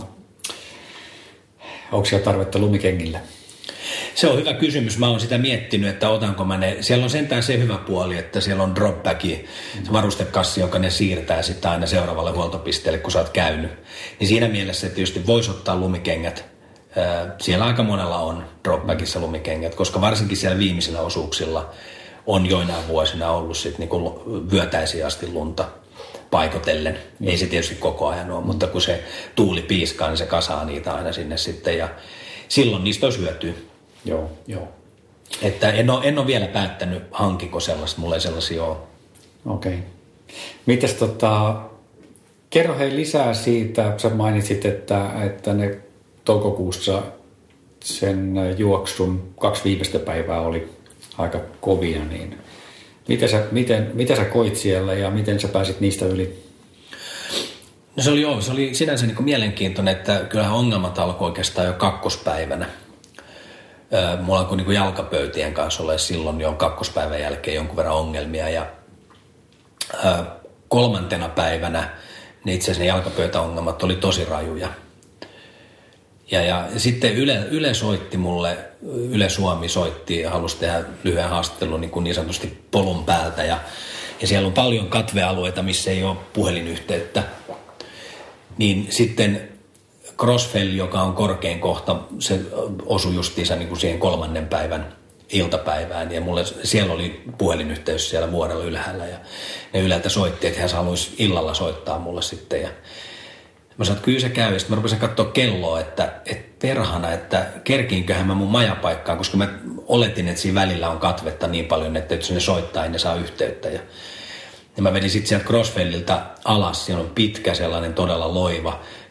onko siellä tarvetta lumikengillä? Se on hyvä kysymys. Mä oon sitä miettinyt, että otanko mä ne. Siellä on sentään se hyvä puoli, että siellä on dropbacki, se varustekassi, joka ne siirtää sitten aina seuraavalle huoltopisteelle, kun sä oot käynyt. Niin siinä mielessä tietysti voisi ottaa lumikengät. Siellä aika monella on dropbackissa lumikengät, koska varsinkin siellä viimeisillä osuuksilla on joinain vuosina ollut sitten niinku vyötäisiin asti lunta paikotellen. Ei se tietysti koko ajan ole, mutta kun se tuuli piiskaa, niin se kasaa niitä aina sinne sitten ja silloin niistä olisi hyötyä. Joo, joo. Että en ole, en ole vielä päättänyt, hankiko sellaista, mulla ei sellaisia ole. Okei. Okay. Mites tota, kerro hei lisää siitä, sä mainitsit, että, että ne toukokuussa sen juoksun kaksi viimeistä päivää oli aika kovia, niin miten sä, miten, mitä sä koit siellä ja miten sä pääsit niistä yli? No se oli joo, se oli sinänsä niin kuin mielenkiintoinen, että kyllähän ongelmat alkoi oikeastaan jo kakkospäivänä. Mulla alkoi niin jalkapöytien kanssa olla silloin jo kakkospäivän jälkeen jonkun verran ongelmia ja ää, kolmantena päivänä niin itse asiassa ne jalkapöytäongelmat oli tosi rajuja. Ja, ja sitten Yle, Yle soitti mulle, Yle Suomi soitti ja halusi tehdä lyhyen haastattelun niin, niin sanotusti polun päältä ja, ja siellä on paljon katvealueita, missä ei ole puhelinyhteyttä. Niin sitten Crossfell, joka on korkein kohta, se osui justiinsa niin kuin siihen kolmannen päivän iltapäivään. Ja mulle, siellä oli puhelinyhteys siellä vuorella ylhäällä. Ja ne Yleltä soitti, että hän haluaisi illalla soittaa mulle sitten. Ja mä sanoin, että kyllä se käy. Sitten mä rupesin katsoa kelloa, että, että perhana, että kerkiinköhän mä mun majapaikkaan. Koska mä oletin, että siinä välillä on katvetta niin paljon, että jos ne soittaa, niin ne saa yhteyttä. Ja, ja mä vedin sitten sieltä Crossfellilta alas. Siellä on pitkä sellainen todella loiva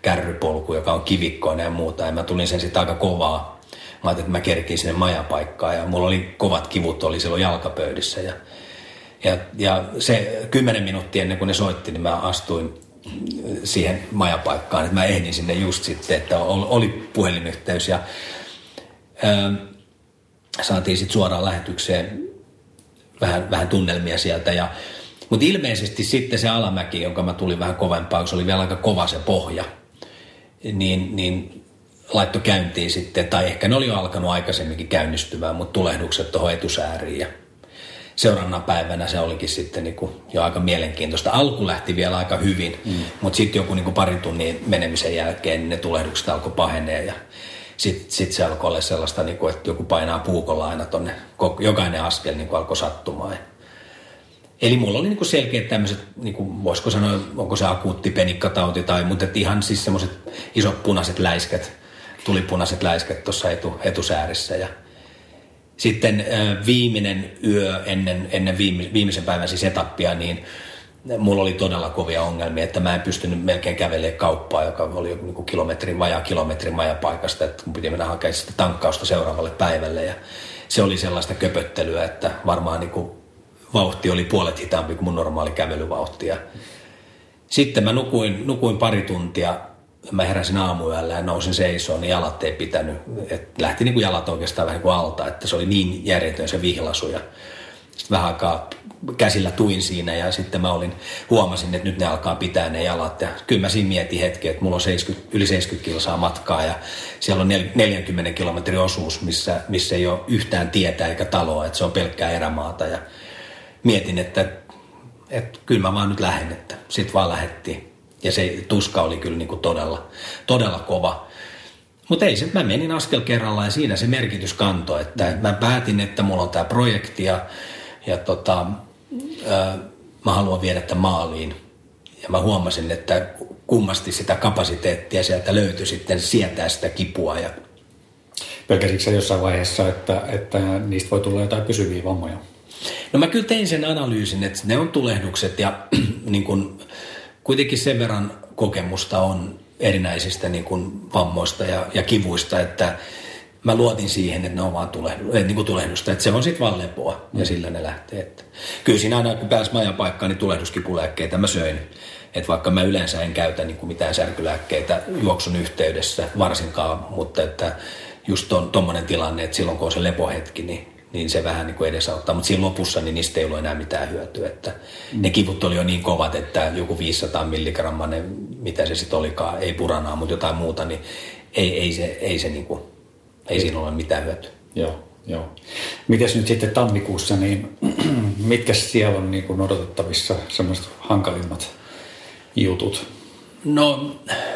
kärrypolku, joka on kivikkoinen ja muuta. Ja mä tulin sen sitten aika kovaa. Mä ajattelin, että mä kerkiin sinne majapaikkaan ja mulla oli kovat kivut, oli silloin jalkapöydissä. Ja, ja, ja se kymmenen minuuttia ennen kuin ne soitti, niin mä astuin siihen majapaikkaan. Että mä ehdin sinne just sitten, että oli puhelinyhteys ja ää, saatiin sitten suoraan lähetykseen vähän, vähän tunnelmia sieltä. Ja, mutta ilmeisesti sitten se alamäki, jonka mä tulin vähän kovempaa, kun se oli vielä aika kova se pohja, niin, niin laitto käyntiin sitten, tai ehkä ne oli jo alkanut aikaisemminkin käynnistymään, mutta tulehdukset tuohon etusääriin. Ja seuraavana päivänä se olikin sitten niin kuin jo aika mielenkiintoista. Alku lähti vielä aika hyvin, mm. mutta sitten joku niin kuin parin tunnin menemisen jälkeen niin ne tulehdukset alkoi pahenee ja sitten sit se alkoi olla sellaista, niin kuin, että joku painaa puukolla aina tonne, jokainen askel niin kuin alkoi sattumaan. Eli mulla oli niin kuin selkeät tämmöiset, niin kuin voisiko sanoa, onko se akuutti penikkatauti tai, mutta ihan siis semmoiset isot punaiset läiskät, tulipunaiset läiskät tuossa etu, etusäärissä. Ja sitten äh, viimeinen yö ennen, ennen viime, viimeisen päivän siis etappia, niin mulla oli todella kovia ongelmia, että mä en pystynyt melkein kävelemään kauppaa, joka oli joku niin kilometrin, vajaa kilometrin majapaikasta, että mun piti mennä hakemaan sitten tankkausta seuraavalle päivälle. Ja se oli sellaista köpöttelyä, että varmaan niin kuin vauhti oli puolet hitaampi kuin mun normaali kävelyvauhti. Ja sitten mä nukuin, nukuin pari tuntia, mä heräsin aamuyöllä ja nousin seisoon, niin jalat ei pitänyt. Et lähti niin kuin jalat oikeastaan vähän kuin alta, että se oli niin järjetön se vihlasu. Ja sitten vähän aikaa käsillä tuin siinä ja sitten mä olin, huomasin, että nyt ne alkaa pitää ne jalat. Ja kyllä mä siinä mietin hetki, että mulla on seitsemänkymmentä, yli seitsemänkymmentä kilsaa matkaa ja siellä on neljänkymmenen kilometrin osuus, missä, missä ei ole yhtään tietä eikä taloa, että se on pelkkää erämaata. Ja mietin, että, että kyllä mä vaan nyt lähden, että sit vaan lähdettiin. Ja se tuska oli kyllä niin kuin todella, todella kova. Mutta ei se, mä menin askel kerrallaan ja siinä se merkitys kantoi, että mä päätin, että mulla on tää projekti ja, ja tota, ää, mä haluan viedä tämän maaliin. Ja mä huomasin, että kummasti sitä kapasiteettia sieltä löytyi sitten sietää sitä kipua. Ja pelkäsitkö sä jossain vaiheessa, että, että niistä voi tulla jotain pysyviä vammoja? No mä kyllä tein sen analyysin, että ne on tulehdukset ja niin kun, kuitenkin sen verran kokemusta on erinäisistä niin kun, vammoista ja, ja kivuista, että mä luotin siihen, että ne on vaan tulehdu, niin kuin tulehdusta, että se on sitten vaan lepoa ja sillä ne lähtee. Että kyllä siinä aina kun pääsi majapaikkaan, niin tulehduskipulääkkeitä mä söin. Että vaikka mä yleensä en käytä niin kuin mitään särkylääkkeitä juoksun yhteydessä varsinkaan, mutta että just on tommonen tilanne, että silloin kun on se lepohetki, niin niin se vähän niin kuin edesauttaa. Mutta siinä lopussa niin niistä ei ollut enää mitään hyötyä. Että mm. ne kivut oli jo niin kovat, että joku viisisataa milligrammaa, mitä se sitten olikaan, ei puranaa, mutta jotain muuta, niin ei, ei, se, ei, se niin kuin, ei siinä ole mitään hyötyä. Joo, joo. Mites nyt sitten tammikuussa, niin mitkä siellä on niin kuin odotettavissa semmoiset hankalimmat jutut? No...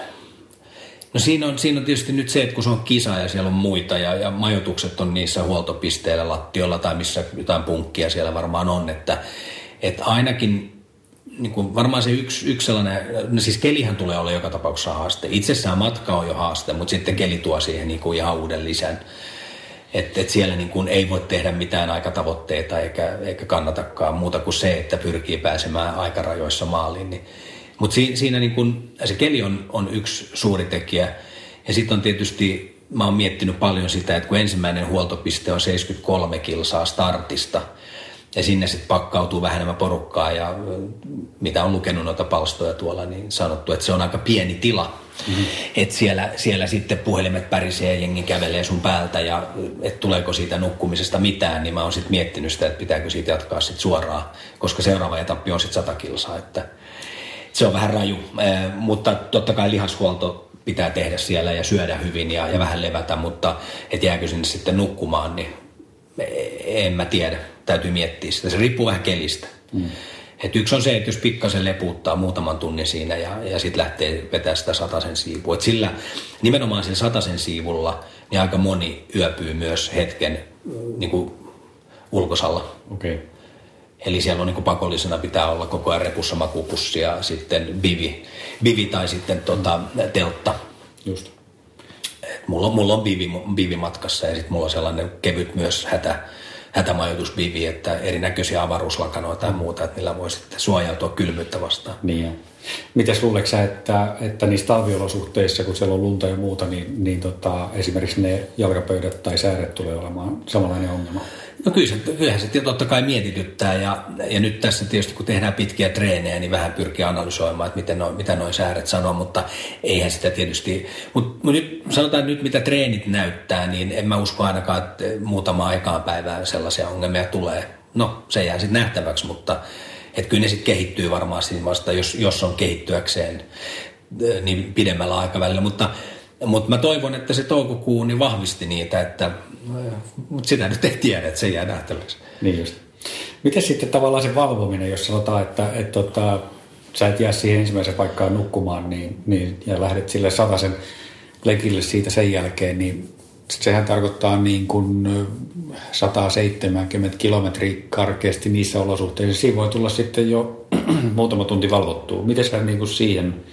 No siinä on, siinä on tietysti nyt se, että kun se on kisa ja siellä on muita ja, ja majoitukset on niissä huoltopisteillä, lattioilla tai missä jotain punkkia siellä varmaan on, että, että ainakin niin kuin varmaan se yksi, yksi sellainen, no siis kelihän tulee olla joka tapauksessa haaste. Itsessään matka on jo haaste, mutta sitten keli tuo siihen niin kuin ihan uuden lisän. Että et siellä niin kuin ei voi tehdä mitään aikatavoitteita eikä, eikä kannatakaan muuta kuin se, että pyrkii pääsemään aikarajoissa maaliin, niin mutta si, siinä niin kun, se keli on, on yksi suuri tekijä. Ja sitten on tietysti, mä oon miettinyt paljon sitä, että kun ensimmäinen huoltopiste on seitsemänkymmentäkolme kilsaa startista, ja sinne sitten pakkautuu vähän enemmän porukkaa, ja mitä on lukenut noita palstoja tuolla, niin sanottu, että se on aika pieni tila. Mm-hmm. Että siellä, siellä sitten puhelimet pärisee ja jengi kävelee sun päältä, ja että tuleeko siitä nukkumisesta mitään, niin mä oon sitten miettinyt sitä, että pitääkö siitä jatkaa sitten suoraan, koska seuraava etappi on sitten sata kilsaa, että se on vähän raju, eh, mutta totta kai lihashuolto pitää tehdä siellä ja syödä hyvin ja, ja vähän levätä, mutta et jääkö sinne sitten nukkumaan, niin en mä tiedä. Täytyy miettiä sitä. Se riippuu vähän kelistä. Mm. Et yksi on se, että jos pikkasen lepuuttaa muutaman tunnin siinä ja, ja sitten lähtee vetää sitä satasen siivua. Et sillä, nimenomaan sillä satasen siivulla niin aika moni yöpyy myös hetken niin kuin ulkosalla. Okei. Okay. Eli siellä on niin kuin pakollisena pitää olla koko ajan repussa makupussi ja sitten bivi, bivi tai sitten tota, teltta. Just. Mulla on, mulla on bivi, bivi matkassa ja sitten mulla on sellainen kevyt myös hätä, hätämajoitusbivi, että erinäköisiä avaruuslakanoita tai muuta, että millä voi sitten suojautua kylmyyttä vastaan. Niin jo. Mites luuleeko sä, että, että niissä talviolosuhteissa, kun siellä on lunta ja muuta, niin, niin tota, esimerkiksi ne jalkapöydät tai sääret tulee olemaan samanlainen ongelma? No kyllä se, kyllähän se totta kai mietityttää ja, ja nyt tässä tietysti kun tehdään pitkiä treenejä, niin vähän pyrkii analysoimaan, että miten noi, mitä nuo sääret sanoo, mutta eihän sitä tietysti, mutta mut nyt sanotaan nyt mitä treenit näyttää, niin en mä usko ainakaan, että muutama aikaan päivään sellaisia ongelmia tulee. No se jää sitten nähtäväksi, mutta että kyllä ne sitten kehittyy varmaan siinä vasta, jos, jos on kehittyäkseen niin pidemmällä aikavälillä, mutta Mutta mä toivon, että se toukokuu niin vahvisti niitä, että mutta sitä nyt ei tiedä, että se jää nähtäväksi. Niin just. Miten sitten tavallaan se valvominen, jos sanotaan, että et, tota, sä et jää siihen ensimmäiseen paikkaan nukkumaan niin, niin, ja lähdet sille sataisen lekille siitä sen jälkeen, niin sehän tarkoittaa niin kuin sata seitsemänkymmentä kilometriä karkeasti niissä olosuhteissa. Siinä voi tulla sitten jo muutama tunti valvottua. Miten sä niin kuin siihen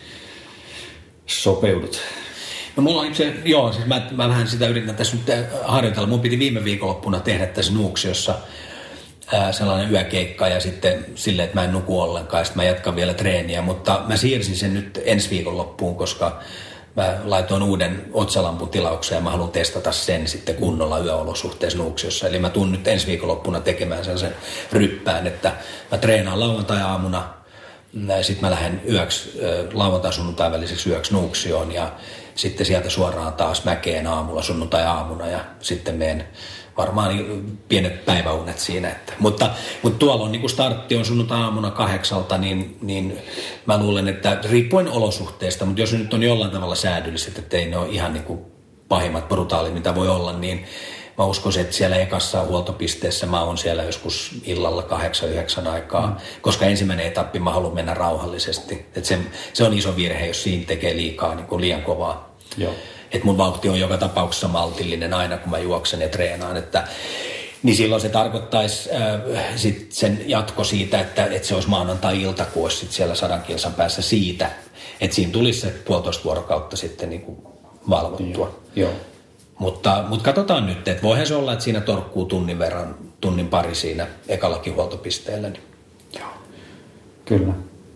sopeudut? No mulla on itse, joo, siis mä, mä vähän sitä yritän tässä nyt harjoitella. Mun piti viime viikonloppuna tehdä tässä Nuuksiossa ää, sellainen yökeikka ja sitten silleen, että mä en nuku ollenkaan ja sitten mä jatkan vielä treeniä. Mutta mä siirsin sen nyt ensi viikonloppuun, koska mä laitoin uuden otsalampun tilaukseen ja mä haluan testata sen sitten kunnolla yöolosuhteessa Nuuksiossa. Eli mä tuun nyt ensi viikonloppuna tekemään sellaisen ryppään, että mä treenaan lauantai-aamuna. Sitten mä lähden yöksi, lauantai-sunnuntai väliseksi yöksi Nuuksioon ja sitten sieltä suoraan taas mäkeen aamulla sunnuntai-aamuna ja sitten menen varmaan pienet päiväunet siinä. Että. Mutta, mutta tuolla on niin kuin startti on sunnuntai-aamuna kahdeksalta, niin, niin mä luulen, että riippuen olosuhteista, mutta jos nyt on jollain tavalla säädylliset, että ei ne ole ihan niin kuin pahimmat brutaalit, mitä voi olla, niin mä uskoisin, että siellä ekassa huoltopisteessä mä oon siellä joskus illalla kahdeksan yhdeksän aikaa, mm. koska ensimmäinen etappi mä haluan mennä rauhallisesti. Että se, se on iso virhe, jos siinä tekee liikaa, niin kuin liian kovaa. Joo. Että mun vauhti on joka tapauksessa maltillinen aina, kun mä juoksen ja treenaan. Että, niin silloin se tarkoittaisi äh, sit sen jatko siitä, että, että se olisi maanantai-ilta, kun olisi sit siellä sadan kilsan päässä siitä. Että siinä tulisi se puolitoista vuorokautta sitten niin kuin valvottua. Joo. Mutta, mutta katsotaan nyt, että voihan se olla, että siinä torkkuu tunnin verran, tunnin pari siinä ekallakin huoltopisteellä. Niin. Joo, kyllä.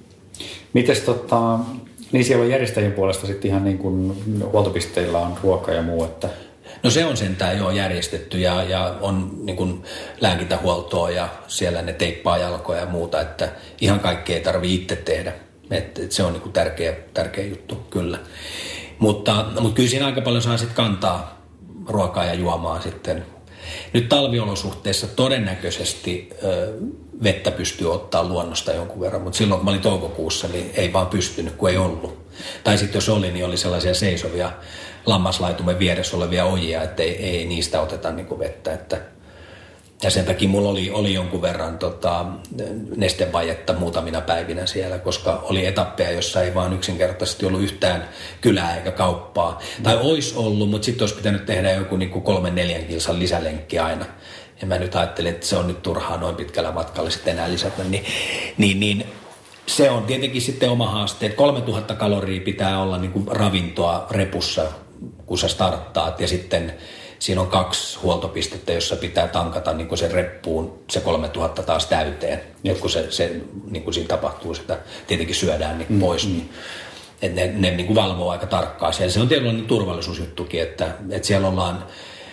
Mites tota, niin siellä on järjestäjien puolesta sitten ihan niin kuin huoltopisteillä on ruoka ja muu, että... No se on sentään jo järjestetty ja, ja on niin kuin lääkintähuoltoa ja siellä ne teippaa jalkoja ja muuta, että ihan kaikkea ei tarvitse itse tehdä. Et, et se on niin kuin tärkeä, tärkeä juttu, kyllä. Mutta, mutta kyllä siinä aika paljon saa sitten kantaa ruokaa ja juomaa sitten. Nyt talviolosuhteissa todennäköisesti ö, vettä pystyy ottaa luonnosta jonkun verran, mutta silloin kun mä olin toukokuussa, niin ei vaan pystynyt, kun ei ollut. Tai sitten jos oli, niin oli sellaisia seisovia lammaslaitumen vieressä olevia ojia, että ei, ei niistä oteta niin kuin vettä. Että, ja sen takia mulla oli, oli jonkun verran tota, nestevajetta muutamina päivinä siellä, koska oli etappeja, jossa ei vaan yksinkertaisesti ollut yhtään kylää eikä kauppaa. Mm. Tai olisi ollut, mutta sitten olisi pitänyt tehdä joku niin kuin kolmen neljän kilsan lisälenkki aina. Ja mä nyt ajattelin, että se on nyt turhaa noin pitkällä matkalla sitten enää lisätä. Niin, niin, niin se on tietenkin sitten oma haaste, että kolmetuhatta kaloria pitää olla niin kuin ravintoa repussa, kun sä starttaat ja sitten... Siinä on kaksi huoltopistettä, jossa pitää tankata niin kuin sen reppuun se kolmetuhatta taas täyteen. Ja kun se, se niin kuin siinä tapahtuu, sitä tietenkin syödään niin pois. Mm. Niin, että ne, ne niin kuin valvoo aika tarkkaan siellä. Se on tietynlainen turvallisuusjuttukin, että, että siellä ollaan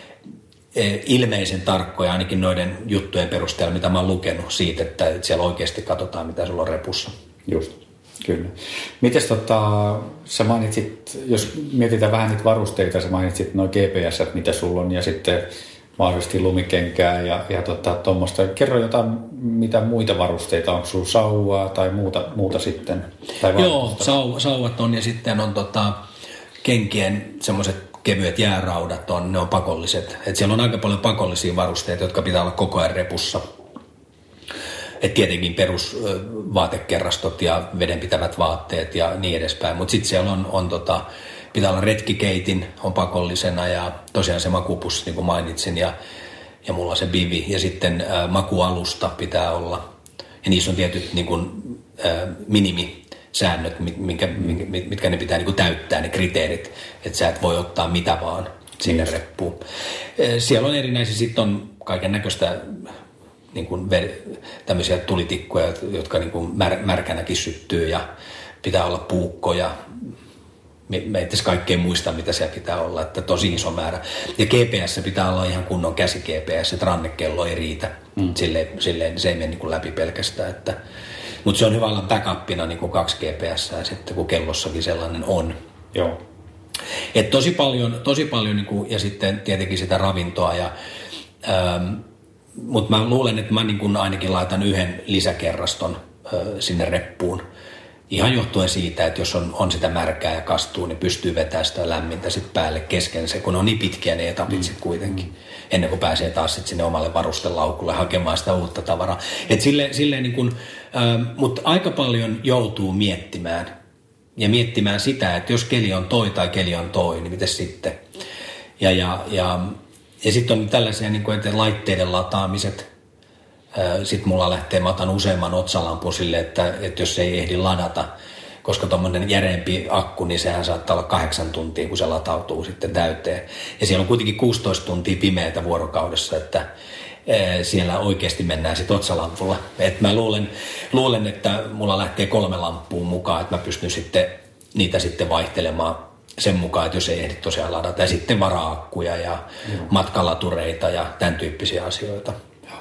ilmeisen tarkkoja ainakin noiden juttujen perusteella, mitä mä oon lukenut siitä, että, että siellä oikeasti katsotaan, mitä sulla on repussa. Just. Kyllä. Mites tota, sä mainitsit, jos mietitään vähän niitä varusteita, sä mainitsit noin G P S, mitä sulla on, ja sitten mahdollisesti lumikenkää ja, ja tota, tuommoista. Kerro jotain, mitä muita varusteita, onko sulla sauvaa tai muuta, muuta sitten? Tai Joo, sau, sauvat on ja sitten on tota, kenkien semmoiset kevyet jääraudat, on, ne on pakolliset. Et siellä on aika paljon pakollisia varusteita, jotka pitää olla koko ajan repussa. Et tietenkin perusvaatekerrastot ja vedenpitävät vaatteet ja niin edespäin. Mutta sitten siellä on, on tota, pitää olla retkikeitin, on pakollisena ja tosiaan se makupussi, niin kuin mainitsin, ja, ja mulla on se bivi. Ja sitten ä, makualusta pitää olla. Ja niissä on tietyt niin kuin, ä, minimisäännöt, minkä, mitkä ne pitää niin kuin täyttää, ne kriteerit. Että sä et voi ottaa mitä vaan sinne reppuun. Siellä on erinäisiä, sitten on kaiken näköistä niin kuin tämmöisiä tulitikkuja, jotka niin kuin mär, märkänäkin syttyy ja pitää olla puukkoja. Me ei edes kaikkein muista, mitä siellä pitää olla, että tosi iso määrä. Ja G P S pitää olla ihan kunnon käsi G P S, että rannekello ei riitä. Mm. Silleen, silleen se ei mene niin kuin läpi pelkästään. Että, mutta se on hyvä olla backupina niin kuin kaksi G P S sitten, kun kellossakin sellainen on. Joo. Et tosi paljon, tosi paljon niin kuin, ja sitten tietenkin sitä ravintoa. Ja, ähm, mutta mä luulen, että mä niin kuin ainakin laitan yhden lisäkerraston äh, sinne reppuun. Ihan johtuen siitä, että jos on, on sitä märkää ja kastuu, niin pystyy vetämään sitä lämmintä sit päälle kesken se, kun on niin pitkiä ne etapit mm. sitten kuitenkin, mm. ennen kuin pääsee taas sit sinne omalle varustelaukulle hakemaan sitä uutta tavaraa. Et sille, silleen niin kun, äh, mutta aika paljon joutuu miettimään ja miettimään sitä, että jos keli on toi tai keli on toi, niin miten sitten? Ja, ja, ja, ja sitten on tällaisia niin kuin, että laitteiden lataamiset. Sitten mulla lähtee, mä otan useamman otsalampun sille, että, että jos ei ehdi ladata, koska tuommoinen järeempi akku, niin sehän saattaa olla kahdeksan tuntia, kun se latautuu sitten täyteen. Ja siellä on kuitenkin kuusitoista tuntia pimeätä vuorokaudessa, että siellä oikeasti mennään sitten otsalampulla. Et mä luulen, luulen, että mulla lähtee kolme lamppua mukaan, että mä pystyn sitten niitä sitten vaihtelemaan sen mukaan, että jos ei ehdi tosiaan ladata. Ja sitten vara-akkuja ja mm. matkalatureita ja tämän tyyppisiä asioita.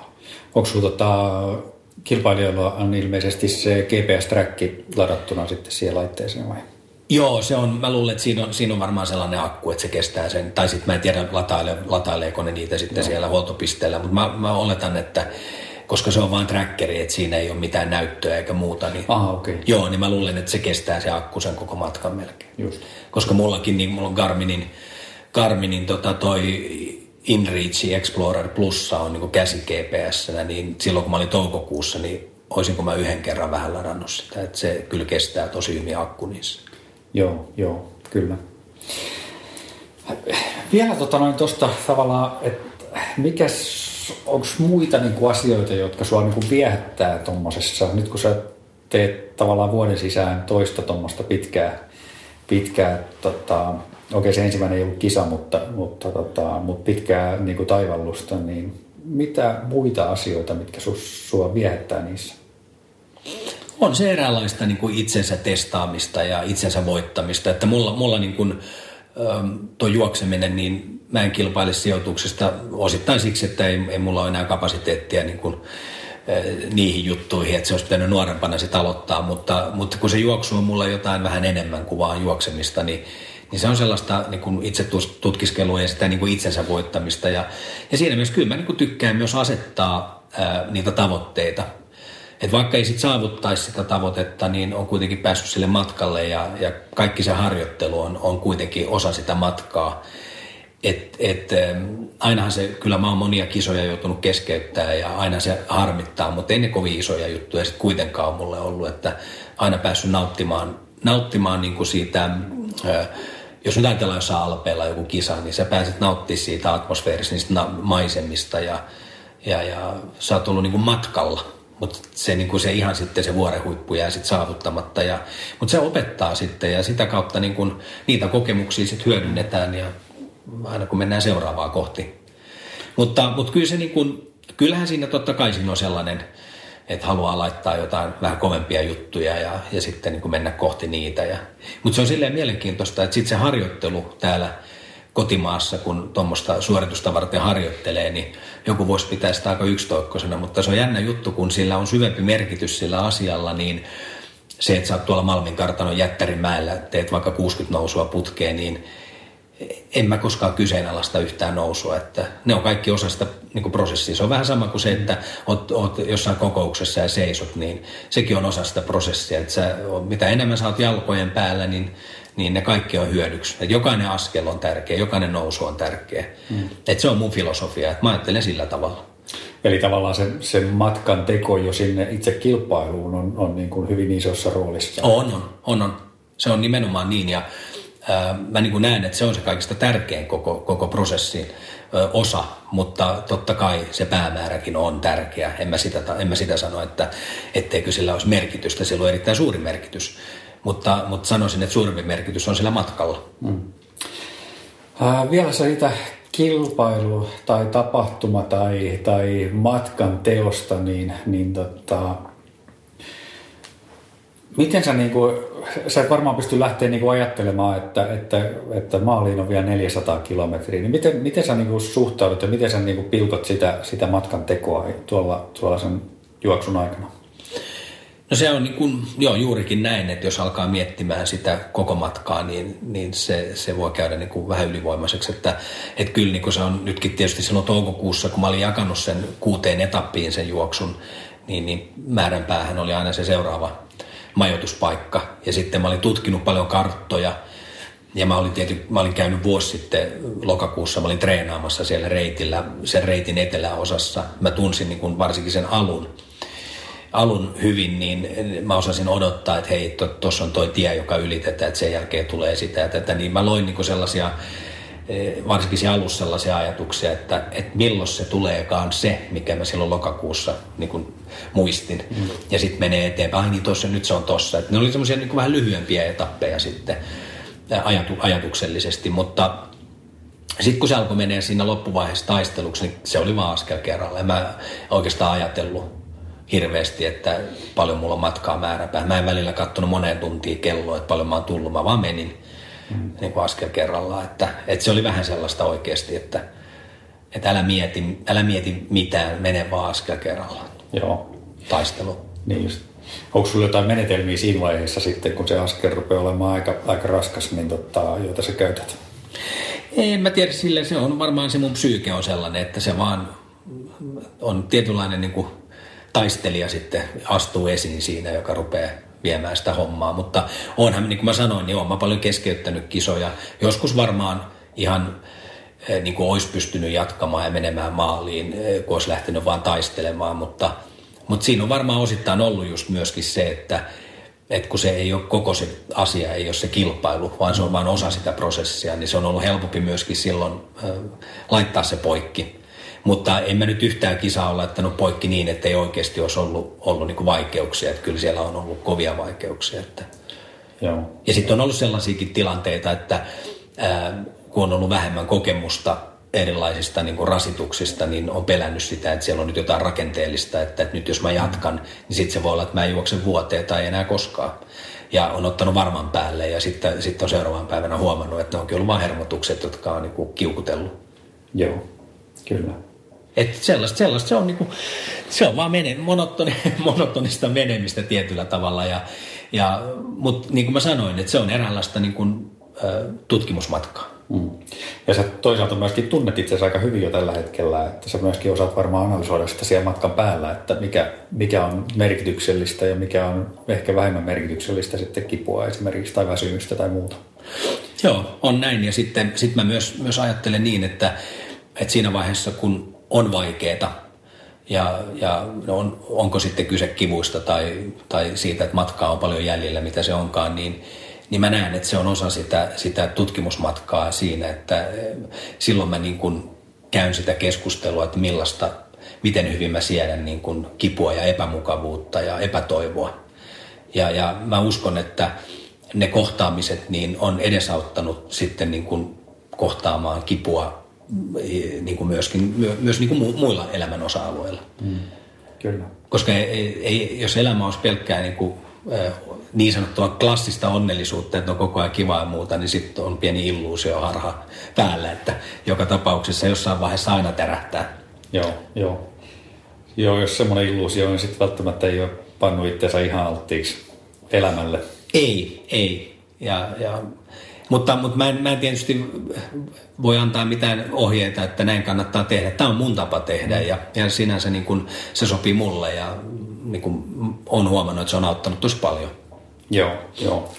Onko sinulla tota, kilpailijoilla on ilmeisesti se G P S-träkki ladattuna sitten siihen laitteeseen vai? Joo, se on, mä luulen, että siinä on, siinä on varmaan sellainen akku, että se kestää sen. Tai sitten mä en tiedä, lataile, lataileeko ne niitä sitten no. siellä huoltopisteellä. Mutta mä, mä oletan, että koska se on vain trackeri, että siinä ei ole mitään näyttöä eikä muuta. Niin, aha, okei. Okay. Joo, niin mä luulen, että se kestää se akku sen koko matkan melkein. Just. Koska mullakin, niin mulla on Garminin, Garminin tota toi InReach Explorer Plussa on niin käsi G P S-nä, niin silloin kun mä olin toukokuussa, niin olisinko mä yhden kerran vähän ladannut sitä, että se kyllä kestää tosi hyvin akku niissä. Joo, joo, kyllä. Vielä tota noin tuosta tavallaan, että mikäs, onko muita niin kuin asioita, jotka sua niin kuin viehättää tuommoisessa, nyt kun sä teet tavallaan vuoden sisään toista tuommoista pitkää, pitkää tota, okei, se ensimmäinen ei ollut kisa, mutta, mutta, tota, mutta pitkää niin kuin taivallusta, niin mitä muita asioita, mitkä sus, sua viehättää niissä? On se eräänlaista niin kuin itsensä testaamista ja itsensä voittamista, että mulla, mulla niin kuin, tuo juokseminen, niin mä en kilpaile sijoituksesta osittain siksi, että ei, ei mulla ole enää kapasiteettia niin kuin, niihin juttuihin, että se olisi pitänyt nuorempana sit aloittaa, mutta, mutta kun se juoksu on mulla jotain vähän enemmän kuin vaan juoksemista, niin niin se on sellaista niin kuin itse tutkiskelua ja sitä niin kuin itsensä voittamista. Ja, ja siinä myös kyllä mä niin kuin tykkään myös asettaa ää, niitä tavoitteita. Että vaikka ei sit saavuttaisi sitä tavoitetta, niin on kuitenkin päässyt sille matkalle ja, ja kaikki se harjoittelu on, on kuitenkin osa sitä matkaa. Et, et, ainahan se, kyllä mä oon monia kisoja joutunut keskeyttää ja aina se harmittaa, mutta ei ne kovin isoja juttuja sitten kuitenkaan on mulle ollut, että aina päässyt nauttimaan, nauttimaan niin kuin siitä... Ää, jos nyt ajatellaan jossain alpeilla joku kisa, niin sä pääset nauttimaan siitä atmosfeerista, niistä maisemista ja, ja, ja sä oot ollut niin kuin matkalla. Mutta se, niin se ihan sitten se vuorenhuippu jää sitten saavuttamatta. Ja, mutta se opettaa sitten ja sitä kautta niin kuin niitä kokemuksia sitten hyödynnetään ja aina kun mennään seuraavaa kohti. Mutta, mutta kyllä se niin kuin, kyllähän siinä totta kai siinä on sellainen, että haluaa laittaa jotain vähän kovempia juttuja ja, ja sitten niin kuin mennä kohti niitä. Ja, mutta se on silleen mielenkiintoista, että sitten se harjoittelu täällä kotimaassa, kun tuommoista suoritusta varten harjoittelee, niin joku voisi pitää sitä aika yksitoikkoisena, mutta se on jännä juttu, kun sillä on syvempi merkitys sillä asialla, niin se, että sä oot tuolla Malminkartanon Jättärimäellä, teet vaikka kuusikymmentä nousua putkeen, niin en mä koskaan kyseenalaista yhtään nousua, että ne on kaikki osa sitä niin kuin prosessia. Se on vähän sama kuin se, että oot, oot jossain kokouksessa ja seisot, niin sekin on osa sitä prosessia. Että sä, mitä enemmän sä oot jalkojen päällä, niin, niin ne kaikki on hyödyksi. Että jokainen askel on tärkeä, jokainen nousu on tärkeä. Mm. Että se on mun filosofia, että mä ajattelen sillä tavalla. Eli tavallaan se, se matkan teko jo sinne itse kilpailuun on, on niin kuin hyvin isossa roolissa. On, on, on, on. Se on nimenomaan niin ja mä niin kuin näen, että se on se kaikista tärkein koko, koko prosessin ö, osa, mutta totta kai se päämääräkin on tärkeä. En mä sitä, en mä sitä sano, että etteikö sillä olisi merkitystä. Sillä on erittäin suuri merkitys, mutta, mutta sanoisin, että suurempi merkitys on sillä matkalla. Hmm. Äh, vielä siitä kilpailu tai tapahtuma tai, tai matkan teosta, niin, niin tota, miten sä, niin kuin, sä et varmaan pysty lähteä niin kuin ajattelemaan, että, että, että maaliin on vielä neljäsataa kilometriä, niin miten, miten sä niin kuin suhtaudut ja miten sä niin kuin pilkot sitä, sitä matkan tekoa tuolla, tuolla sen juoksun aikana? No se on niin kuin, joo, juurikin näin, että jos alkaa miettimään sitä koko matkaa, niin, niin se, se voi käydä niin kuin vähän ylivoimaiseksi. Että, että kyllä niin kuin se on nytkin tietysti silloin toukokuussa, kun mä olin jakanut sen kuuteen etappiin sen juoksun, niin, niin määränpäähän oli aina se seuraava majoituspaikka. Ja sitten mä olin tutkinut paljon karttoja ja mä olin, tiety, mä olin käynyt vuosi sitten lokakuussa, mä olin treenaamassa siellä reitillä, sen reitin eteläosassa. Mä tunsin niin kuin varsinkin sen alun. alun hyvin, niin mä osasin odottaa, että hei, tuossa on toi tie, joka ylitetään, että sen jälkeen tulee sitä ja tätä. Niin mä loin niin sellaisia, varsinkin siellä alussa sellaisia ajatuksia, että, että milloin se tuleekaan se, mikä mä silloin lokakuussa niin kuin muistin. Mm. Ja sitten menee eteenpäin, ai niin tossa, nyt se on tossa. Että ne oli semmoisia niin vähän lyhyempiä etappeja sitten ajatu, ajatuksellisesti, mutta sitten kun se alkoi menee siinä loppuvaiheessa taisteluksi, niin se oli vaan askel kerralla. Ja mä oikeastaan ajatellut hirveästi, että paljon mulla on matkaa määräpään. Mä en välillä katsonut moneen tuntiin kelloa, että paljon mä oon tullut. Mä vaan menin mm. niin kuin askel kerrallaan. Että, että se oli vähän sellaista oikeasti, että, että älä, mieti, älä mieti mitään, mene vaan askel kerrallaan. Joo. Taistelu. Niin just. Onko sulla jotain menetelmiä siinä vaiheessa sitten, kun se askel rupeaa olemaan aika, aika raskas, niin totta, joita sä käytät? En mä tiedä, sille se on varmaan se mun psyyke on sellainen, että se vaan on tietynlainen niin kuin taistelija sitten astuu esiin siinä, joka rupeaa viemään sitä hommaa. Mutta onhan, niin kuin mä sanoin, niin olen mä paljon keskeyttänyt kisoja. Joskus varmaan ihan niin kuin olisi pystynyt jatkamaan ja menemään maaliin, kun olisi lähtenyt vaan taistelemaan. Mutta, mutta siinä on varmaan osittain ollut just myöskin se, että, että kun se ei ole koko se asia, ei ole se kilpailu, vaan se on vain osa sitä prosessia, niin se on ollut helpompi myöskin silloin äh, laittaa se poikki. Mutta en mä nyt yhtään kisaa ole laittanut poikki niin, että ei oikeasti olisi ollut, ollut niin kuin vaikeuksia. Että kyllä siellä on ollut kovia vaikeuksia. Että. Joo. Ja sitten on ollut sellaisiakin tilanteita, että ää, kun on ollut vähemmän kokemusta erilaisista niin kuin rasituksista, niin on pelännyt sitä, että siellä on nyt jotain rakenteellista. Että, että nyt jos mä jatkan, niin sitten se voi olla, että mä en juokse vuoteen tai enää koskaan. Ja on ottanut varman päälle ja sitten, sitten on seuraavan päivänä huomannut, että ne onkin ollut vain hermotukset, jotka on niin kuin kiukutellut. Joo, kyllä. Että sellaista, sellaista se on niinku, se on vaan mene, monotoni, monotonista menemistä tietyllä tavalla. Ja, ja, mutta niin kuin mä sanoin, että se on eräänlaista niinku, ä, tutkimusmatkaa. Mm. Ja sä toisaalta myöskin tunnet itse asiassa aika hyvin jo tällä hetkellä, että sä myöskin osaat varmaan analysoida sitä siellä matkan päällä, että mikä, mikä on merkityksellistä ja mikä on ehkä vähemmän merkityksellistä sitten kipua esimerkiksi tai väsymystä tai muuta. Joo, on näin. Ja sitten sit mä myös, myös ajattelen niin, että, että siinä vaiheessa kun on vaikeeta ja, ja on, onko sitten kyse kivuista tai, tai siitä, että matkaa on paljon jäljellä, mitä se onkaan, niin, niin mä näen, että se on osa sitä, sitä tutkimusmatkaa siinä, että silloin mä niin kuin käyn sitä keskustelua, että millaista, miten hyvin mä siedän niin kuin kipua ja epämukavuutta ja epätoivoa. Ja, ja mä uskon, että ne kohtaamiset niin on edesauttanut sitten niin kuin kohtaamaan kipua niin kuin myöskin, my, myös niin kuin muilla elämän osa-alueilla. Mm, kyllä. Koska ei, ei, jos elämä olisi pelkkää niin, kuin, niin sanottua klassista onnellisuutta, että on koko ajan kivaa ja muuta, niin sitten on pieni illuusio harha päällä, että joka tapauksessa jossain vaiheessa aina tärähtää. Joo, joo. Joo, jos semmoinen illuusio, niin sitten välttämättä ei ole pannut itseänsä ihan alttiiksi elämälle. Ei, ei. Ja, ja Mutta, mutta mä, en, mä en tietysti voi antaa mitään ohjeita, että näin kannattaa tehdä. Tämä on mun tapa tehdä ja, ja sinänsä niin kun se sopii mulle ja niin kun olen huomannut, että se on auttanut tosi paljon. Joo, joo.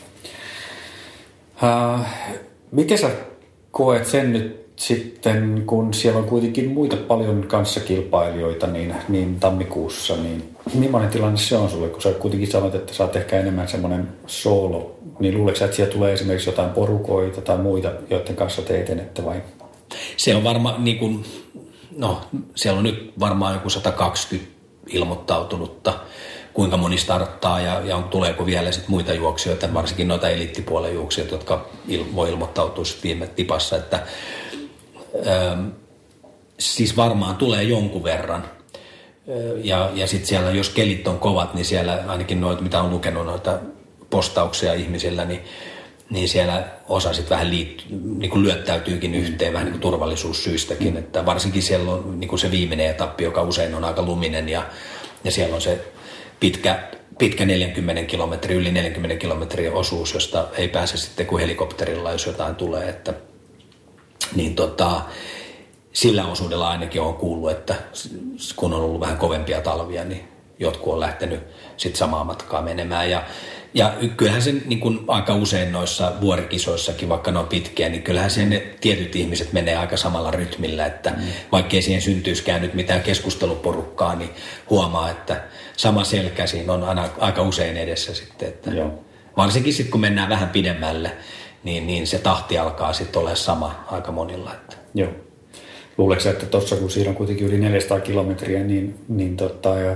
Uh, miten sä koet sen nyt sitten, kun siellä on kuitenkin muita paljon kanssakilpailijoita niin, niin tammikuussa, niin millainen tilanne se on sulle, kun sä kuitenkin sanot, että sä oot ehkä enemmän semmoinen solo, niin luuletko sä, että siellä tulee esimerkiksi jotain porukoita tai muita, joiden kanssa te etenette vai? Se on varmaan niin kuin, no siellä on nyt varmaan joku sata kaksikymmentä ilmoittautunutta, kuinka moni starttaa ja, ja tuleeko vielä sitten muita juoksijoita, varsinkin noita eliittipuolen juoksijoita, jotka il, voi ilmoittautua viime tipassa, että ähm, siis varmaan tulee jonkun verran. Ja, ja sitten siellä, jos kelit on kovat, niin siellä ainakin noita, mitä on lukenut noita postauksia ihmisillä, niin, niin siellä osa sitten vähän liitty, niin kuin lyöttäytyykin yhteen vähän niin kuin turvallisuussyistäkin. Että varsinkin siellä on niin kuin se viimeinen etappi, joka usein on aika luminen ja, ja siellä on se pitkä, pitkä neljäkymmentä kilometriä, yli neljäkymmentä kilometriä osuus, josta ei pääse sitten kuin helikopterilla, jos jotain tulee. Että, niin tota... Sillä osuudella ainakin on kuullut, että kun on ollut vähän kovempia talvia, niin jotkut on lähtenyt sit samaa matkaa menemään. Ja, ja kyllähän se niin kun aika usein noissa vuorikisoissakin, vaikka ne on pitkiä, niin kyllähän sen ne tietyt ihmiset menee aika samalla rytmillä, että mm. vaikkei siihen syntyisikään nyt mitään keskusteluporukkaa, niin huomaa, että sama selkä siinä on aina aika usein edessä sitten. Että varsinkin sitten kun mennään vähän pidemmälle, niin, niin se tahti alkaa sitten olla sama aika monilla. Että. Joo. Luuleeko että tuossa, kun siinä on kuitenkin yli neljäsataa kilometriä niin, niin tota, ja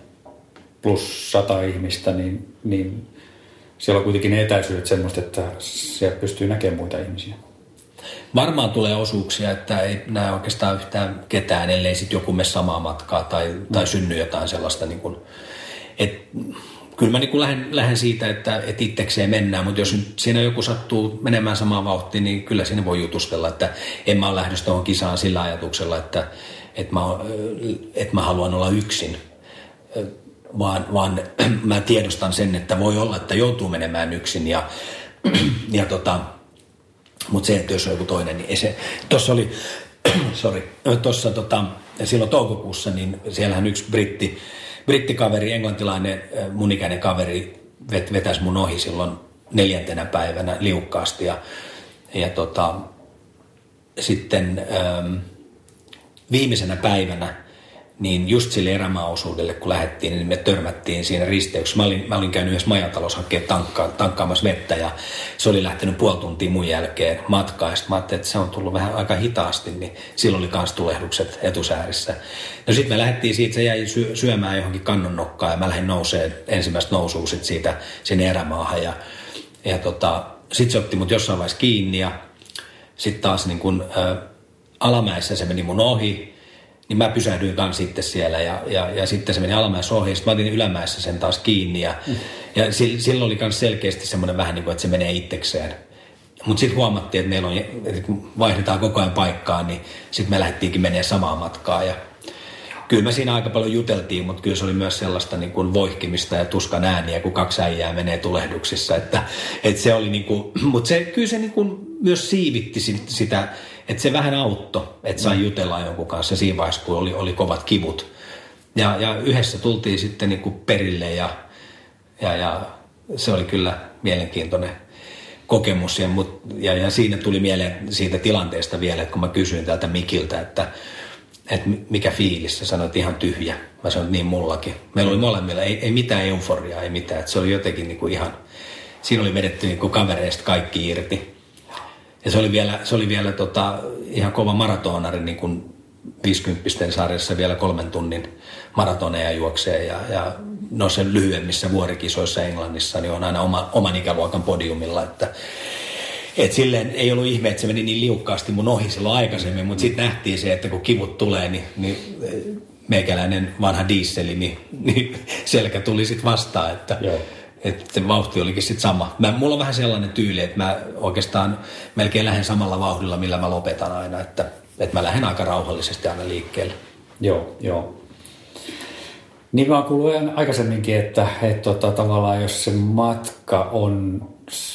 plus sata ihmistä, niin, niin siellä on kuitenkin ne etäisyydet semmoista, että siellä pystyy näkemään muita ihmisiä. Varmaan tulee osuuksia, että ei näe oikeastaan yhtään ketään, ellei sitten joku mene samaa matkaa tai, mm. tai synny jotain sellaista. Niin kuin, et, kyllä mä niin kuin lähden, lähden siitä, että et itsekseen mennään, mutta jos nyt siinä joku sattuu menemään samaan vauhtiin, niin kyllä siinä voi jutustella, että en mä ole lähdössä tuohon kisaan sillä ajatuksella, että et mä, et mä haluan olla yksin, vaan, vaan mä tiedostan sen, että voi olla, että joutuu menemään yksin, ja, ja tota, mutta se, että jos on joku toinen, niin ei se, tuossa oli, sorry, tuossa tota, silloin toukokuussa, niin siellähän yksi britti, brittikaveri, englantilainen mun ikäinen kaveri vet, vetäisi mun ohi silloin neljäntenä päivänä liukkaasti ja, ja tota, sitten ähm, viimeisenä päivänä niin just sille erämaaosuudelle kun lähdettiin, niin me törmättiin siinä risteyksessä. Mä olin, mä olin käynyt yhdessä majatalossa hakemaan tankka, tankkaamassa vettä ja se oli lähtenyt puoli tuntia mun jälkeen matkaan. Ja sitten mä ajattelin, että se on tullut vähän aika hitaasti, niin silloin oli kans tulehdukset etusäärissä. No sitten me lähdettiin siitä, se jäi syö, syömään johonkin kannonnokkaan ja mä lähdin nousee ensimmäistä nousua sit siitä sinne erämaahan. Ja, ja tota, sitten se otti mut jossain vaiheessa kiinni ja sitten taas niin kun, ä, alamäessä se meni mun ohi. Niin mä pysähdyin kanssa sitten siellä ja, ja, ja sitten se meni alamäessä ohi. Sitten mä otin ylämäessä sen taas kiinni ja, mm. ja silloin oli myös selkeästi semmoinen vähän niin kuin, että se menee itsekseen. Mutta sitten huomattiin, että meillä on, että kun vaihdetaan koko ajan paikkaa, niin sitten me lähdettiinkin menee samaa matkaa. Ja kyllä me siinä aika paljon juteltiin, mutta kyllä se oli myös sellaista niin kuin voihkimista ja tuskan ääniä, kun kaksi äijää menee tulehduksissa. Että, että se oli niin kuin, mutta se, kyllä se niin kuin myös siivitti sitä, että se vähän auttoi, että sai jutella jonkun kanssa siinä vaiheessa, kun oli, oli kovat kivut. Ja, ja yhdessä tultiin sitten niin kuin perille ja, ja, ja se oli kyllä mielenkiintoinen kokemus. Ja, mut, ja, ja siinä tuli mieleen siitä tilanteesta vielä, että kun mä kysyin tältä Mikiltä, että, että mikä fiilis, sä sanoit ihan tyhjä. Mä sanoin, niin mullakin. Meillä oli molemmilla, ei, ei mitään euforiaa, ei mitään. Että se oli jotenkin niin kuin ihan, siinä oli vedetty niin kuin kavereista kaikki irti. Ja se oli vielä, se oli vielä tota, ihan kova maratonari, niin kuin viisikymppisten sarjassa vielä kolmen tunnin maratoneja juoksee. Ja, ja no sen lyhyemmissä vuorikisoissa Englannissa niin on aina oma, oman ikäluokan podiumilla. Että, et silleen ei ollut ihme, että se meni niin liukkaasti mun ohi silloin aikaisemmin, mutta sitten nähtiin se, että kun kivut tulee, niin, niin meikäläinen vanha dieseli, niin, niin selkä tuli sitten vastaan, että... Joo. Että se vauhti olikin sitten sama. Mä, mulla on vähän sellainen tyyli, että mä oikeastaan melkein lähden samalla vauhdilla, millä mä lopetan aina. Että, että mä lähden aika rauhallisesti aina liikkeelle. Joo, joo. Niin mä oon kuullut aikaisemminkin, että, että tota, tavallaan jos se matka on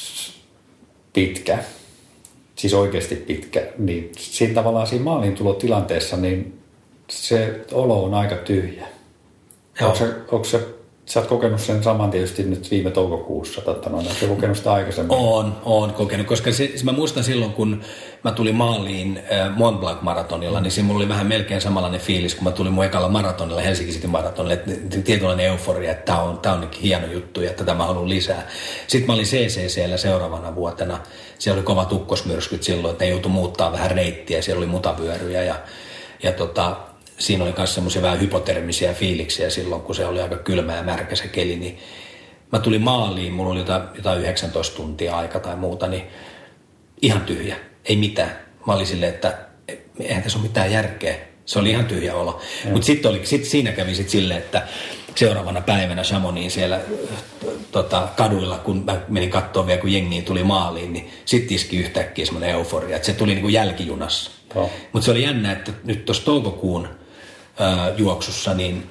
pitkä, siis oikeasti pitkä, niin siinä tavallaan siinä maalintulotilanteessa, niin se olo on aika tyhjä. Onko se... Onko se Sä oot kokenut sen saman tietysti nyt viime toukokuussa, totta noin. Oletko kokenut sitä aikaisemmin? Oon, oon kokenut, koska se, mä muistan silloin, kun mä tulin maaliin äh, Mont Blanc-maratonilla, mm. niin siinä mulla oli vähän melkein samanlainen fiilis, kun mä tulin mun ekalla maratonilla, Helsinki City maratonilla, että tietynlainen euforia, että tää on, tää on hieno juttu ja tätä mä haluan lisää. Sitten mä olin C C C:llä seuraavana vuotena, siellä oli kova tukkosmyrskyt silloin, että ne joutui muuttaa vähän reittiä, siellä oli mutavyöryjä ja, ja tota... Siinä oli myös semmoisia vähän hypotermisiä fiiliksiä silloin, kun se oli aika kylmä ja märkä se keli, niin mä tulin maaliin, mulla oli jotain, jotain yhdeksäntoista tuntia aika tai muuta, niin ihan tyhjä, ei mitään. Mä olin silleen, että eihän tässä ole mitään järkeä. Se oli ihan tyhjä olo. Mutta sitten sit siinä kävi sit silleen, että seuraavana päivänä Chamonixin siellä tota, kaduilla, kun mä menin katsoa vielä, kun jengiin tuli maaliin, niin sitten iski yhtäkkiä semmoinen euforia, että se tuli niin kuin jälkijunassa. Oh. Mutta se oli jännä, että nyt tuossa toukokuun ää, juoksussa, niin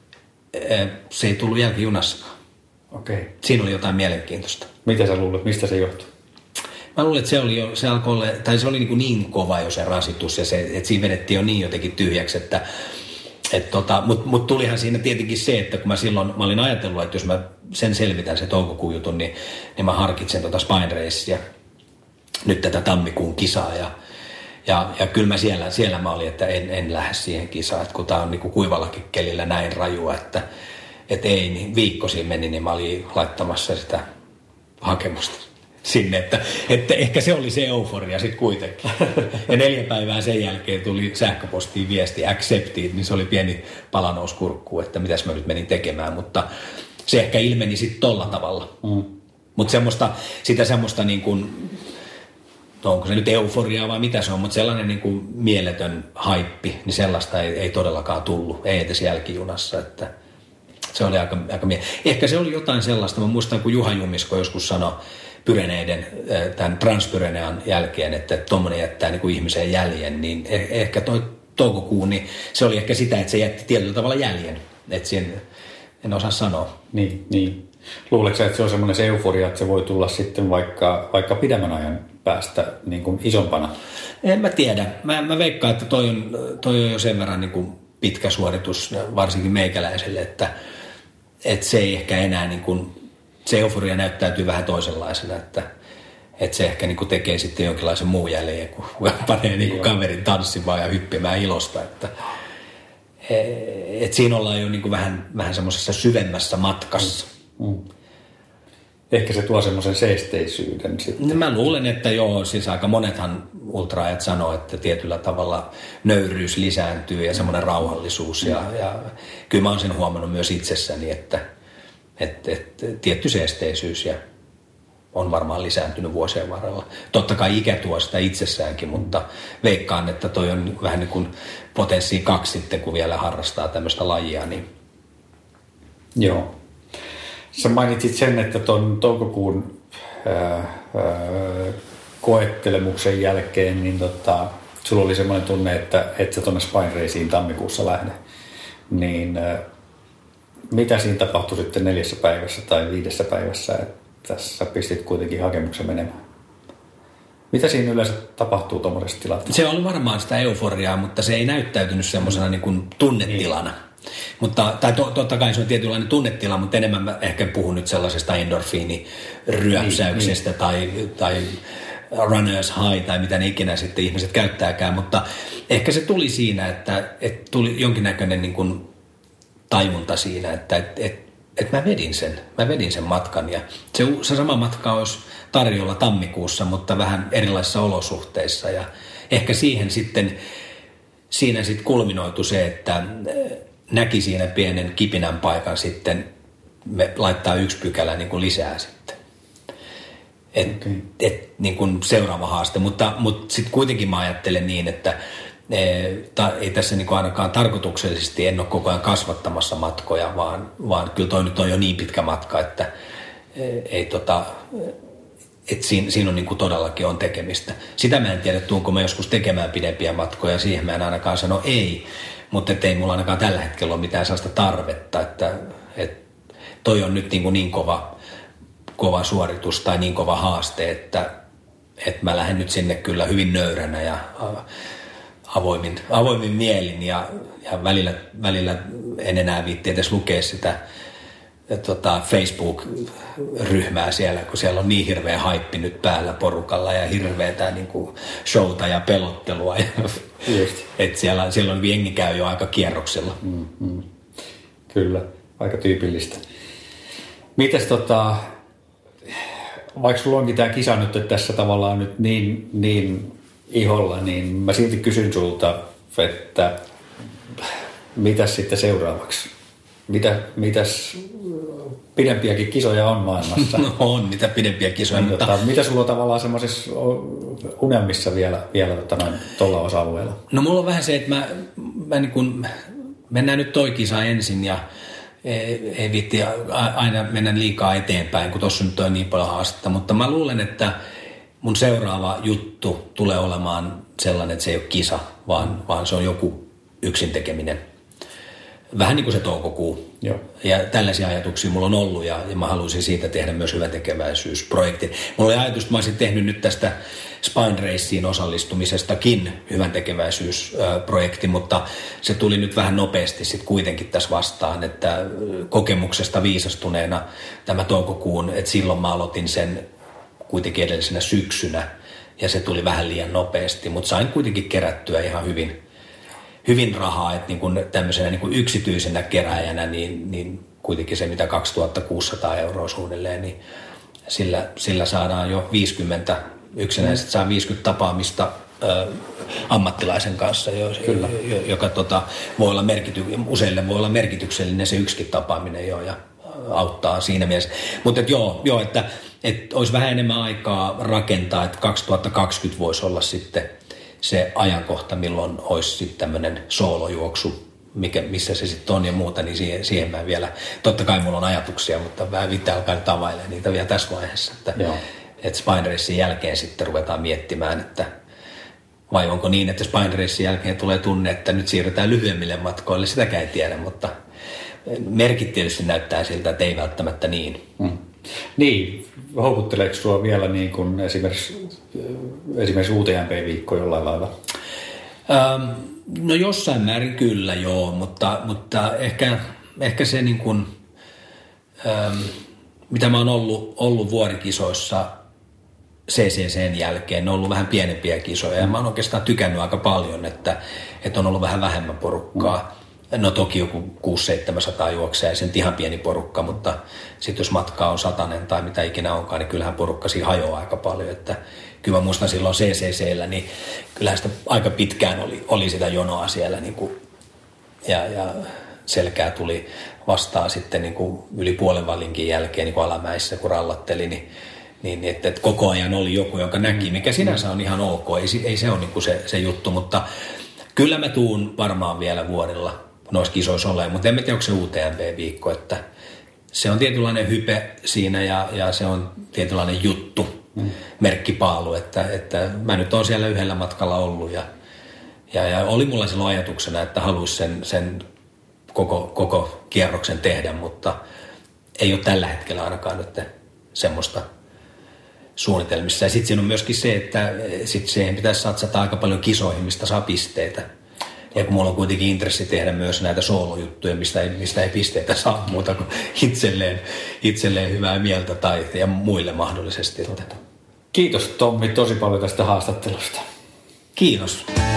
ää, se ei tullut jälkijunassakaan. Okay. Siinä oli jotain mielenkiintoista. Mitä sä luulet, mistä se johtui? Mä luulen, että se oli jo, se alkoi olla, tai se oli niin, niin kova jo se rasitus ja se, että siinä vedettiin jo niin jotenkin tyhjäksi, että et tota, mutta mut tulihan siinä tietenkin se, että kun mä silloin, mä olin ajatellut, että jos mä sen selvitän se toukokuun jutun, niin, niin mä harkitsen tota Spine Racea, nyt tätä tammikuun kisaa ja, ja, ja kyllä mä siellä, siellä mä olin, että en, en lähde siihen kisaan, että kun tää on niin kuin kuivallakin kelillä näin rajua, että et ei, niin viikko siinä meni, niin mä olin laittamassa sitä hakemusta sinne, että, että ehkä se oli se euforia sitten kuitenkin. Ja neljä päivää sen jälkeen tuli sähköpostiin viesti accepted, niin se oli pieni palanous kurkkuun, että mitäs mä nyt menin tekemään, mutta se ehkä ilmeni sitten tolla tavalla. Mm. Mutta semmoista, sitä semmoista niin kuin, no onko se nyt euforiaa vai mitä se on, mutta sellainen niin kuin mieletön haippi, niin sellaista ei, ei todellakaan tullut, ei edes jälkijunassa, että se oli aika, aika mie- ehkä se oli jotain sellaista, mä muistan kun Juha Jumisko joskus sanoi, Pyreneiden, tämän Transpyrenean jälkeen, että tuommoinen jättää niin kuin ihmisen jäljen, niin ehkä toi toukokuun, niin se oli ehkä sitä, että se jätti tietyllä tavalla jäljen. Että siihen en osaa sanoa. Niin, niin. Luuletko että se on semmoinen se euforia, että se voi tulla sitten vaikka, vaikka pidemmän ajan päästä niin kuin isompana? En mä tiedä. Mä, mä veikkaan, että toi on, toi on jo sen verran niin kuin pitkä suoritus, varsinkin meikäläiselle, että, että se ei ehkä enää niin kuin se euforia näyttäytyy vähän toisenlaisena, että, että se ehkä niin kuin tekee sitten jonkinlaisen muun jäljen, kun panee niin kuin kaverin tanssimaan ja hyppimään ilosta. Että, että siinä ollaan jo niin kuin vähän, vähän semmoisessa syvemmässä matkassa. Mm. Ehkä se tuo semmoisen seesteisyyden sitten. Mä luulen, että joo, siis aika monethan ultraajat sanoo, että tietyllä tavalla nöyryys lisääntyy ja semmoinen rauhallisuus. Ja, ja kyllä mä oon sen huomannut myös itsessäni, että Että et, tietty seesteisyys ja on varmaan lisääntynyt vuosien varrella. Totta kai ikä tuo sitä itsessäänkin, mutta veikkaan, että toi on vähän niin kuin potenssiin kaksi sitten, kun vielä harrastaa tämmöistä lajia. Niin. Joo. Sä mainitsit sen, että tuon toukokuun ää, ää, koettelemuksen jälkeen, niin tota, sulla oli semmoinen tunne, että et sä tuonne Spine Raceen tammikuussa lähde. Niin ää, mitä siinä tapahtui sitten neljässä päivässä tai viidessä päivässä, että tässä pistit kuitenkin hakemuksen menemään? Mitä siinä yleensä tapahtuu tuommoisessa tilanteessa? Se oli varmaan sitä euforiaa, mutta se ei näyttäytynyt semmoisena niin kuin tunnetilana. Niin. Mutta, tai to, totta kai se on tietynlainen tunnetila, mutta enemmän mä ehkä puhun nyt sellaisesta endorfiiniryöpsäyksestä niin, tai, niin. tai runners high tai mitä ne ikinä sitten ihmiset käyttääkään. Mutta ehkä se tuli siinä, että, että tuli jonkinnäköinen niin kuin tajunta siinä, että et, et, et mä vedin sen. Mä vedin sen matkan ja se, se sama matka olisi tarjolla tammikuussa, mutta vähän erilaisissa olosuhteissa ja ehkä siihen sitten siinä sitten kulminoitu se, että näki siinä pienen kipinän paikan sitten me laittaa yksi pykälä niin kuin lisää sitten. Et, okay. et, niin kuin seuraava haaste, mutta, mutta sitten kuitenkin mä ajattelen niin, että ei tässä niin kuin ainakaan tarkoituksellisesti en ole koko ajan kasvattamassa matkoja, vaan, vaan kyllä toi nyt on jo niin pitkä matka, että ei tota, että siinä, siinä on niin kuin todellakin on tekemistä. Sitä mä en tiedä, tuunko mä joskus tekemään pidempiä matkoja, siihen mä en ainakaan sano ei, mutta ei mulla ainakaan tällä hetkellä ole mitään sellaista tarvetta, että, että toi on nyt niin, kuin niin kova, kova suoritus tai niin kova haaste, että, että mä lähden nyt sinne kyllä hyvin nöyränä ja avoimin, avoimin mielin ja, ja välillä, välillä en enää viitti edes lukea sitä tota, Facebook-ryhmää siellä, kun siellä on niin hirveä haippi nyt päällä porukalla ja hirveätä niin kuin showta ja pelottelua. Että siellä, siellä on jengi käy jo aika kierroksella. Mm, mm. Kyllä, aika tyypillistä. Mites tota, vaikka sulla onkin tämä kisa nyt tässä tavallaan nyt niin, niin iholla, niin mä silti kysyn sulta, että mitäs sitten seuraavaksi? Mitä, mitäs pidempiäkin kisoja on maailmassa? No on niitä pidempiä kisoja, niin, mutta... Tota, mitä sulla on tavallaan semmoisissa unelmissa vielä, vielä tuolla osa-alueella? No mulla on vähän se, että mä, mä niin kun, mennään nyt toi kisa ensin ja ei, ei viitti aina mennä liikaa eteenpäin, kun tossa nyt on niin paljon haastetta, mutta mä luulen, että mun seuraava juttu tulee olemaan sellainen, että se ei ole kisa, vaan, vaan se on joku yksin tekeminen. Vähän niin kuin se toukokuu. Joo. Ja tällaisia ajatuksia mulla on ollut ja, ja mä haluaisin siitä tehdä myös hyväntekeväisyysprojektin. Mulla oli ajatus, että mä olisin tehnyt nyt tästä Spine Raceen osallistumisestakin hyväntekeväisyysprojekti, mutta se tuli nyt vähän nopeasti sitten kuitenkin tässä vastaan, että kokemuksesta viisastuneena tämä toukokuun, että silloin mä aloitin sen kuitenkin edellisenä syksynä ja se tuli vähän liian nopeasti, mutta sain kuitenkin kerättyä ihan hyvin. hyvin rahaa, että niin kuin tämmöisenä niin kuin yksityisenä keräjänä, niin, niin kuitenkin se mitä kaksituhattakuusisataa euroa suunnilleen, niin sillä, sillä saadaan jo viisikymmentä, yksinäiset saa viisikymmentä tapaamista ö, ammattilaisen kanssa, jo, jo, joka tota, voi olla merkity, useille voi olla merkityksellinen se yksikin tapaaminen jo ja auttaa siinä mielessä. Mutta et joo, joo, että et olisi vähän enemmän aikaa rakentaa, että kaksituhattakaksikymmentä voisi olla sitten se ajankohta, milloin olisi sitten tämmöinen soolojuoksu, mikä, missä se sitten on ja muuta, niin siihen, siihen mä vielä, totta kai mulla on ajatuksia, mutta vähän vittä alkaa nyt availemaan niitä vielä tässä vaiheessa, että, että Spine Racen jälkeen sitten ruvetaan miettimään, että vai onko niin, että Spine Racen jälkeen tulee tunne, että nyt siirrytään lyhyemmille matkoille, sitäkään ei tiedä, mutta merkit tietysti näyttää siltä, että ei välttämättä niin. Hmm. Niin, houkutteleeko sinua vielä niin kuin esimerkiksi, esimerkiksi U T M P-viikko jollain lailla? Ähm, no jossain määrin kyllä joo, mutta, mutta ehkä, ehkä se niin kuin, ähm, mitä mä oon ollut, ollut vuorikisoissa C C C:n jälkeen, ne on ollut vähän pienempiä kisoja ja mä oon oikeastaan tykännyt aika paljon, että, että on ollut vähän vähemmän porukkaa. No toki joku kuusi seitsemänsataa juoksee, se on ihan pieni porukka, mutta sitten jos matkaa on satanen tai mitä ikinä onkaan, niin kyllähän porukka siinä hajoaa aika paljon. Että kyllä mä muistan silloin C C C:llä, niin kyllähän sitä aika pitkään oli, oli sitä jonoa siellä niin kuin, ja, ja selkää tuli vastaan sitten niin kuin yli puolen valinkin jälkeen niin kuin alamäissä, kun rallatteli, niin, niin että, että koko ajan oli joku, joka näki, mikä sinänsä on ihan ok, ei, ei se ole niin kuin se, se juttu, mutta kyllä mä tuun varmaan vielä vuodella noissa kisoissa olemaan, mutta en tiedä, onko se U T M P-viikko, että se on tietynlainen hype siinä ja, ja se on tietynlainen juttu, mm. merkkipaalu, että, että mä nyt oon siellä yhdellä matkalla ollut ja, ja, ja oli mulla silloin ajatuksena, että haluaisi sen, sen koko, koko kierroksen tehdä, mutta ei ole tällä hetkellä ainakaan nyt semmoista suunnitelmissa. Ja sitten siinä on myöskin se, että sit siihen pitäisi satsata aika paljon kisoihin, mistä saa pisteitä. Ja kun mulla on kuitenkin intressi tehdä myös näitä soolojuttuja, mistä ei, mistä ei pisteitä saa muuta kuin itselleen, itselleen hyvää mieltä tai ja muille mahdollisesti. Kiitos Tommi tosi paljon tästä haastattelusta. Kiitos.